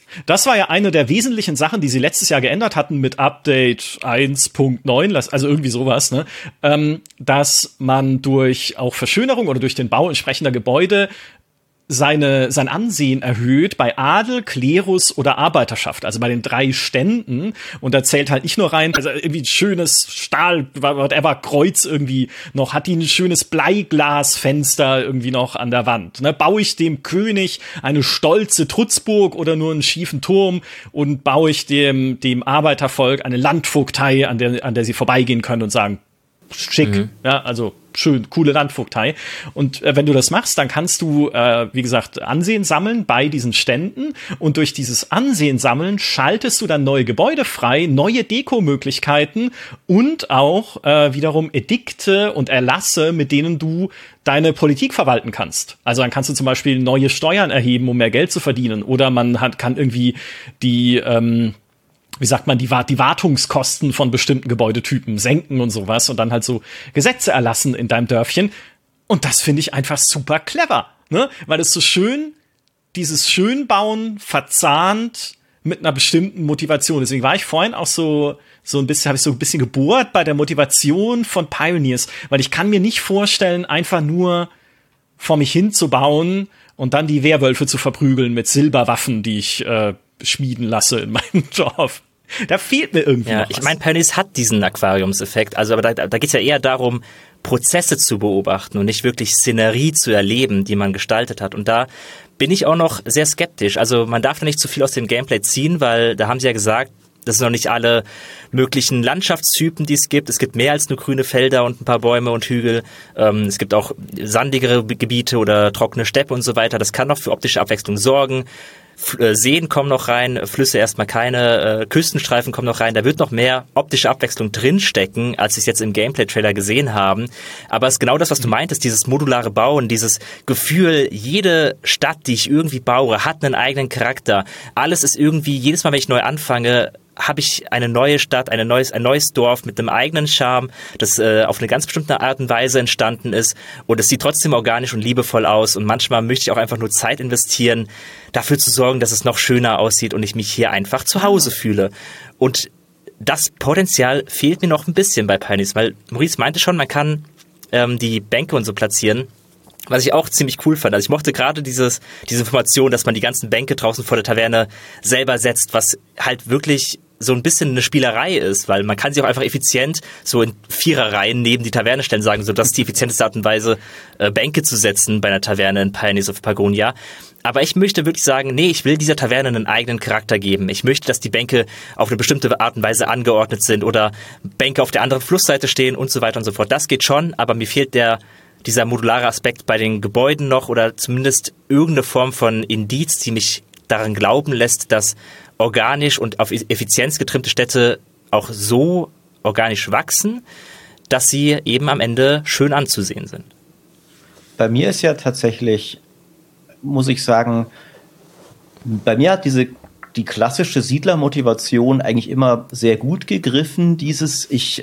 B: Das war ja eine der wesentlichen Sachen, die sie letztes Jahr geändert hatten mit Update 1.9, also irgendwie sowas, ne? Dass man durch auch Verschönerung oder durch den Bau entsprechender Gebäude sein Ansehen erhöht bei Adel, Klerus oder Arbeiterschaft, also bei den 3 Ständen. Und da zählt halt nicht nur rein, also irgendwie ein schönes Stahl, whatever, Kreuz irgendwie noch, hat die ein schönes Bleiglasfenster irgendwie noch an der Wand. Ne? Baue ich dem König eine stolze Trutzburg oder nur einen schiefen Turm und baue ich dem Arbeitervolk eine Landvogtei, an der sie vorbeigehen können und sagen, schick, ja, also schön, coole Landvogtei. Und wenn du das machst, dann kannst du, wie gesagt, Ansehen sammeln bei diesen Ständen. Und durch dieses Ansehen sammeln schaltest du dann neue Gebäude frei, neue Dekomöglichkeiten und auch wiederum Edikte und Erlasse, mit denen du deine Politik verwalten kannst. Also dann kannst du zum Beispiel neue Steuern erheben, um mehr Geld zu verdienen. Oder kann irgendwie die Wartungskosten von bestimmten Gebäudetypen senken und sowas und dann halt so Gesetze erlassen in deinem Dörfchen. Und das finde ich einfach super clever, ne? Weil es so schön, dieses Schönbauen verzahnt mit einer bestimmten Motivation. Deswegen war ich vorhin auch so ein bisschen gebohrt bei der Motivation von Pioneers, weil ich kann mir nicht vorstellen, einfach nur vor mich hin zu bauen und dann die Werwölfe zu verprügeln mit Silberwaffen, die ich schmieden lasse in meinem Dorf. Da fehlt mir irgendwie noch was.
D: Ich meine, Pioneers hat diesen Aquariumseffekt, also aber da geht's ja eher darum, Prozesse zu beobachten und nicht wirklich Szenerie zu erleben, die man gestaltet hat. Und da bin ich auch noch sehr skeptisch. Also man darf da nicht zu viel aus dem Gameplay ziehen, weil da haben sie ja gesagt, das sind noch nicht alle möglichen Landschaftstypen, die es gibt. Es gibt mehr als nur grüne Felder und ein paar Bäume und Hügel. Es gibt auch sandigere Gebiete oder trockene Steppe und so weiter. Das kann noch für optische Abwechslung sorgen. Seen kommen noch rein, Flüsse erstmal keine, Küstenstreifen kommen noch rein. Da wird noch mehr optische Abwechslung drinstecken, als wir es jetzt im Gameplay-Trailer gesehen haben. Aber es ist genau das, was du meintest, dieses modulare Bauen, dieses Gefühl, jede Stadt, die ich irgendwie baue, hat einen eigenen Charakter. Alles ist irgendwie, jedes Mal, wenn ich neu anfange, habe ich eine neue Stadt, ein neues Dorf mit einem eigenen Charme, das auf eine ganz bestimmte Art und Weise entstanden ist und es sieht trotzdem organisch und liebevoll aus und manchmal möchte ich auch einfach nur Zeit investieren, dafür zu sorgen, dass es noch schöner aussieht und ich mich hier einfach zu Hause fühle. Und das Potenzial fehlt mir noch ein bisschen bei Pioneers, weil Maurice meinte schon, man kann die Bänke und so platzieren, was ich auch ziemlich cool fand. Also ich mochte gerade diese Information, dass man die ganzen Bänke draußen vor der Taverne selber setzt, was halt wirklich so ein bisschen eine Spielerei ist, weil man kann sich auch einfach effizient so in Viererreihen neben die Taverne stellen, sagen so, das ist die effizienteste Art und Weise, Bänke zu setzen bei einer Taverne in Pioneers of Pagonia. Aber ich möchte wirklich sagen, nee, ich will dieser Taverne einen eigenen Charakter geben. Ich möchte, dass die Bänke auf eine bestimmte Art und Weise angeordnet sind oder Bänke auf der anderen Flussseite stehen und so weiter und so fort. Das geht schon, aber mir fehlt dieser modulare Aspekt bei den Gebäuden noch oder zumindest irgendeine Form von Indiz, die mich daran glauben lässt, dass organisch und auf Effizienz getrimmte Städte auch so organisch wachsen, dass sie eben am Ende schön anzusehen sind.
C: Bei mir ist ja tatsächlich, muss ich sagen, bei mir hat die klassische Siedlermotivation eigentlich immer sehr gut gegriffen. Ich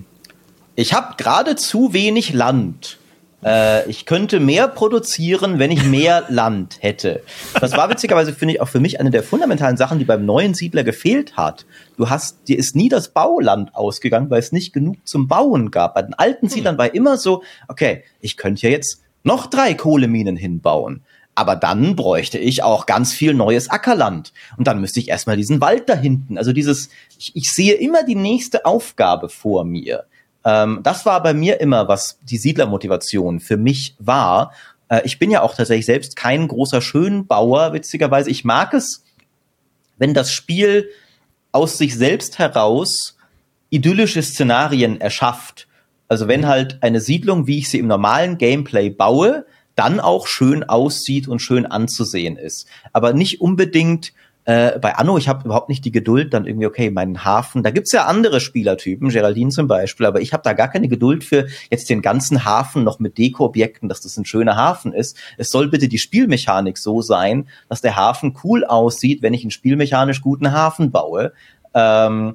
C: habe gerade zu wenig Land. Ich könnte mehr produzieren, wenn ich mehr Land hätte. Das war witzigerweise, finde ich, auch für mich eine der fundamentalen Sachen, die beim neuen Siedler gefehlt hat. Dir ist nie das Bauland ausgegangen, weil es nicht genug zum Bauen gab. Bei den alten Siedlern war immer so, okay, ich könnte ja jetzt noch 3 Kohleminen hinbauen. Aber dann bräuchte ich auch ganz viel neues Ackerland. Und dann müsste ich erstmal diesen Wald da hinten. Also ich sehe immer die nächste Aufgabe vor mir. Das war bei mir immer, was die Siedlermotivation für mich war. Ich bin ja auch tatsächlich selbst kein großer Schönbauer, witzigerweise. Ich mag es, wenn das Spiel aus sich selbst heraus idyllische Szenarien erschafft. Also wenn halt eine Siedlung, wie ich sie im normalen Gameplay baue, dann auch schön aussieht und schön anzusehen ist. Aber nicht unbedingt bei Anno, ich habe überhaupt nicht die Geduld, dann irgendwie, okay, meinen Hafen, da gibt's ja andere Spielertypen, Geraldine zum Beispiel, aber ich habe da gar keine Geduld für jetzt den ganzen Hafen noch mit Deko-Objekten, dass das ein schöner Hafen ist. Es soll bitte die Spielmechanik so sein, dass der Hafen cool aussieht, wenn ich einen spielmechanisch guten Hafen baue. Aber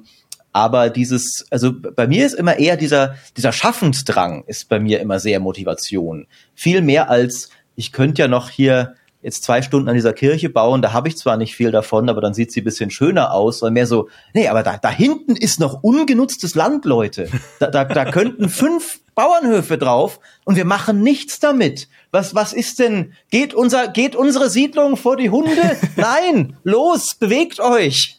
C: also bei mir ist immer eher dieser Schaffensdrang ist bei mir immer sehr Motivation. Viel mehr als, ich könnte ja noch hier jetzt 2 Stunden an dieser Kirche bauen, da habe ich zwar nicht viel davon, aber dann sieht sie ein bisschen schöner aus, sondern mehr so, nee, aber da hinten ist noch ungenutztes Land, Leute. Da könnten 5 Bauernhöfe drauf und wir machen nichts damit. Was ist denn? Geht unsere Siedlung vor die Hunde? Nein, los, bewegt euch.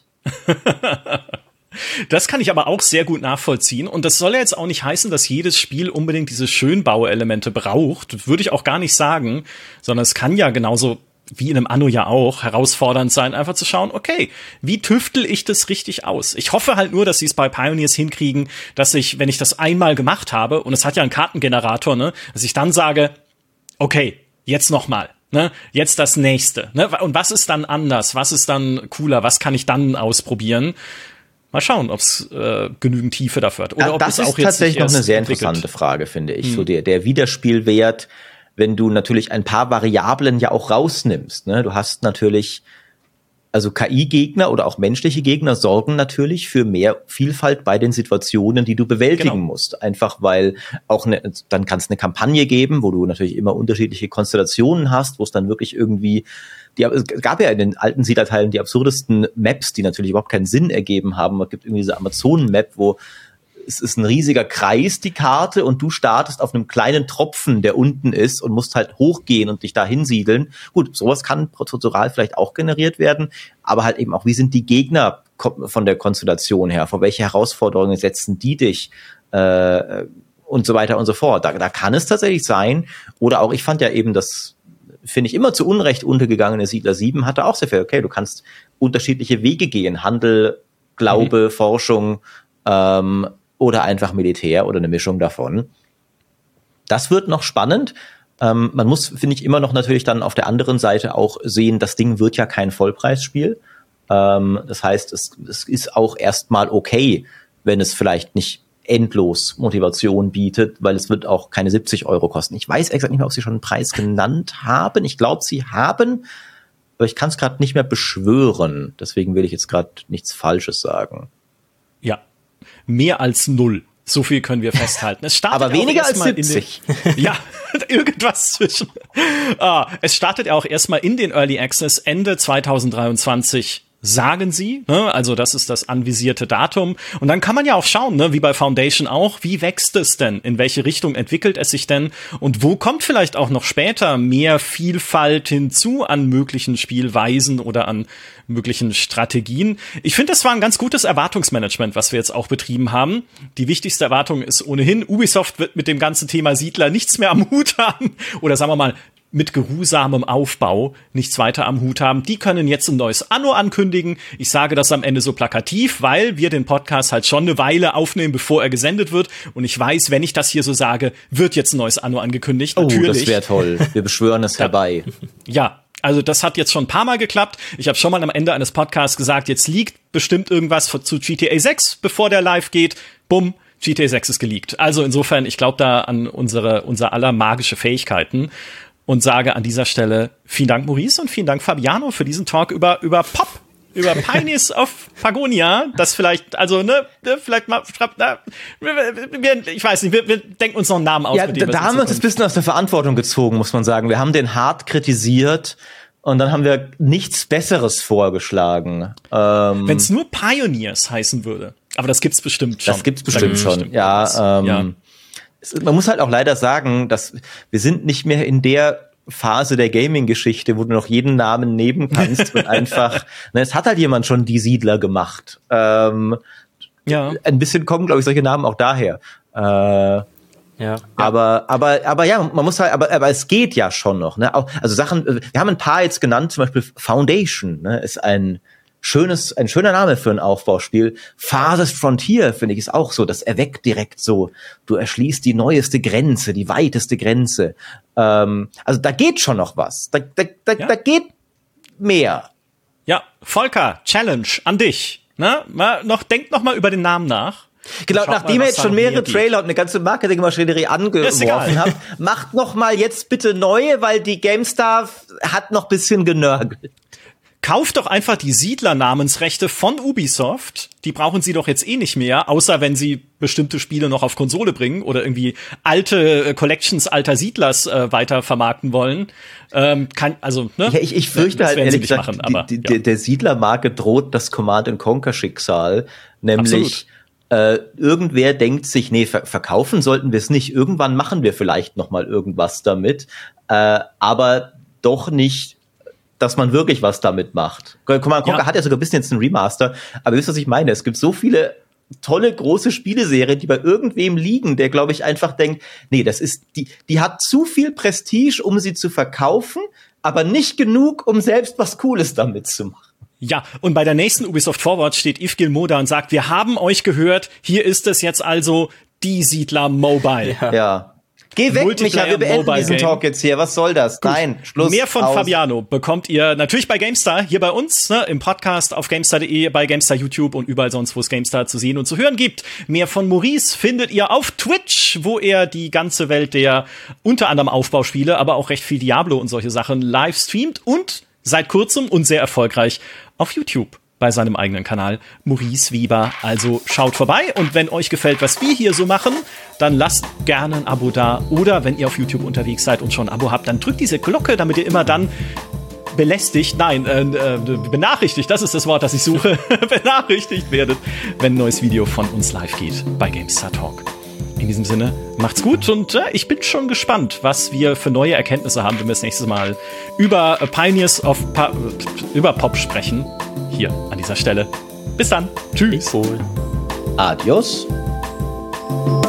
B: Das kann ich aber auch sehr gut nachvollziehen. Und das soll ja jetzt auch nicht heißen, dass jedes Spiel unbedingt diese Schönbauelemente braucht. Das würde ich auch gar nicht sagen. Sondern es kann ja genauso wie in einem Anno ja auch herausfordernd sein, einfach zu schauen, okay, wie tüftel ich das richtig aus? Ich hoffe halt nur, dass sie es bei Pioneers hinkriegen, dass ich, wenn ich das einmal gemacht habe, und es hat ja einen Kartengenerator, ne, dass ich dann sage, okay, jetzt nochmal. Ne, jetzt das nächste. Ne? Und was ist dann anders? Was ist dann cooler? Was kann ich dann ausprobieren? Mal schauen, ob es genügend Tiefe dafür hat. Oder ob
C: das
B: es auch
C: ist tatsächlich noch eine sehr interessante Frage, finde ich. So der Wiederspielwert, wenn du natürlich ein paar Variablen ja auch rausnimmst. Ne? Du hast natürlich, also KI-Gegner oder auch menschliche Gegner sorgen natürlich für mehr Vielfalt bei den Situationen, die du bewältigen musst. Einfach weil auch dann kann es eine Kampagne geben, wo du natürlich immer unterschiedliche Konstellationen hast, wo es dann wirklich irgendwie es gab ja in den alten Siedlerteilen die absurdesten Maps, die natürlich überhaupt keinen Sinn ergeben haben. Es gibt irgendwie diese Amazonen-Map, wo es ist ein riesiger Kreis, die Karte, und du startest auf einem kleinen Tropfen, der unten ist, und musst halt hochgehen und dich da hinsiedeln. Gut, sowas kann prozedural vielleicht auch generiert werden, aber halt eben auch, wie sind die Gegner von der Konstellation her? Vor welche Herausforderungen setzen die dich? Und so weiter und so fort. Da kann es tatsächlich sein. Oder auch, ich fand ja eben das, finde ich, immer zu Unrecht untergegangene Siedler 7 hatte auch sehr viel, okay, du kannst unterschiedliche Wege gehen, Handel, Glaube, Forschung, oder einfach Militär oder eine Mischung davon. Das wird noch spannend. Man muss, finde ich, immer noch natürlich dann auf der anderen Seite auch sehen, das Ding wird ja kein Vollpreisspiel. Das heißt, es ist auch erstmal okay, wenn es vielleicht nicht endlos Motivation bietet, weil es wird auch keine 70 € kosten. Ich weiß exakt nicht mehr, ob sie schon einen Preis genannt haben. Ich glaube, sie haben, aber ich kann es gerade nicht mehr beschwören. Deswegen will ich jetzt gerade nichts Falsches sagen.
B: Ja, mehr als 0. So viel können wir festhalten. Es startet
C: aber weniger als 70.
B: Ja, irgendwas zwischen. Es startet ja auch erstmal in den Early Access Ende 2023. Sagen sie, ne? Also das ist das anvisierte Datum. Und dann kann man ja auch schauen, ne? Wie bei Foundation auch, wie wächst es denn? In welche Richtung entwickelt es sich denn? Und wo kommt vielleicht auch noch später mehr Vielfalt hinzu an möglichen Spielweisen oder an möglichen Strategien? Ich finde, das war ein ganz gutes Erwartungsmanagement, was wir jetzt auch betrieben haben. Die wichtigste Erwartung ist ohnehin, Ubisoft wird mit dem ganzen Thema Siedler nichts mehr am Hut haben. Oder sagen wir mal, mit geruhsamem Aufbau nichts weiter am Hut haben. Die können jetzt ein neues Anno ankündigen. Ich sage das am Ende so plakativ, weil wir den Podcast halt schon eine Weile aufnehmen, bevor er gesendet wird. Und ich weiß, wenn ich das hier so sage, wird jetzt ein neues Anno angekündigt.
C: Oh,
B: natürlich.
C: Das wäre toll. Wir beschwören es herbei.
B: Ja, also das hat jetzt schon ein paar Mal geklappt. Ich habe schon mal am Ende eines Podcasts gesagt, jetzt liegt bestimmt irgendwas zu GTA 6, bevor der live geht. Bumm, GTA 6 ist geleakt. Also insofern, ich glaube da an unser aller magische Fähigkeiten. Und sage an dieser Stelle vielen Dank, Maurice, und vielen Dank, Fabiano, für diesen Talk über Pop, über Pioneers of Pagonia. Das vielleicht, also, ne, vielleicht mal, ich weiß nicht, wir denken uns noch einen Namen aus.
C: Ja, da haben wir uns ein bisschen aus der Verantwortung gezogen, muss man sagen. Wir haben den hart kritisiert und dann haben wir nichts Besseres vorgeschlagen.
B: Wenn es nur Pioneers heißen würde. Aber das gibt's bestimmt schon.
C: Das gibt's bestimmt schon, ja. Man muss halt auch leider sagen, dass wir sind nicht mehr in der Phase der Gaming-Geschichte, wo du noch jeden Namen nehmen kannst und einfach, es hat halt jemand schon die Siedler gemacht. Ein bisschen kommen, glaube ich, solche Namen auch daher. Aber ja, man muss halt, aber es geht ja schon noch, ne? Also Sachen, wir haben ein paar jetzt genannt, zum Beispiel Foundation, ne, ist ein schöner Name für ein Aufbauspiel. Farthest Frontier, finde ich, ist auch so. Das erweckt direkt so. Du erschließt die neueste Grenze, die weiteste Grenze. Also da geht schon noch was. Da geht mehr.
B: Ja, Volker, Challenge an dich. Ne? Denk noch mal über den Namen nach.
C: Genau, nachdem ihr jetzt schon mehrere Trailer und eine ganze Marketingmaschinerie angeworfen habt, macht noch mal jetzt bitte neue, weil die GameStar hat noch ein bisschen genörgelt.
B: kauft doch einfach die Siedler-Namensrechte von Ubisoft. Die brauchen sie doch jetzt eh nicht mehr, außer wenn sie bestimmte Spiele noch auf Konsole bringen oder irgendwie alte Collections alter Siedlers weiter vermarkten wollen. Ne?
C: Ja, ich fürchte halt ehrlich gesagt, der Siedlermarke droht das Command-and-Conquer-Schicksal, nämlich irgendwer denkt sich, nee, verkaufen sollten wir es nicht. Irgendwann machen wir vielleicht noch mal irgendwas damit, aber doch nicht, dass man wirklich was damit macht. Command & Conquer hat ja sogar ein bisschen jetzt einen Remaster, aber wisst ihr, was ich meine? Es gibt so viele tolle, große Spieleserien, die bei irgendwem liegen, der, glaube ich, einfach denkt, nee, das ist, die hat zu viel Prestige, um sie zu verkaufen, aber nicht genug, um selbst was Cooles damit zu machen.
B: Ja, und bei der nächsten Ubisoft Forward steht Yves Guillemot da und sagt, wir haben euch gehört, hier ist es jetzt also die Siedler Mobile.
C: Ja. Geh weg, Micha, wir beenden diesen Talk jetzt hier. Was soll das? Gut. Nein, Schluss.
B: Mehr von Fabiano bekommt ihr natürlich bei GameStar, hier bei uns, ne, im Podcast auf GameStar.de, bei GameStar YouTube und überall sonst, wo es GameStar zu sehen und zu hören gibt. Mehr von Maurice findet ihr auf Twitch, wo er die ganze Welt der unter anderem Aufbauspiele, aber auch recht viel Diablo und solche Sachen live streamt und seit kurzem und sehr erfolgreich auf YouTube bei seinem eigenen Kanal Maurice Weber. Also schaut vorbei und wenn euch gefällt, was wir hier so machen, dann lasst gerne ein Abo da oder wenn ihr auf YouTube unterwegs seid und schon ein Abo habt, dann drückt diese Glocke, damit ihr immer dann benachrichtigt, das ist das Wort, das ich suche, benachrichtigt werdet, wenn ein neues Video von uns live geht bei GameStar Talk. In diesem Sinne, macht's gut und ich bin schon gespannt, was wir für neue Erkenntnisse haben, wenn wir das nächste Mal über Pioneers of über Pop sprechen. Hier an dieser Stelle. Bis dann. Tschüss.
C: Adios.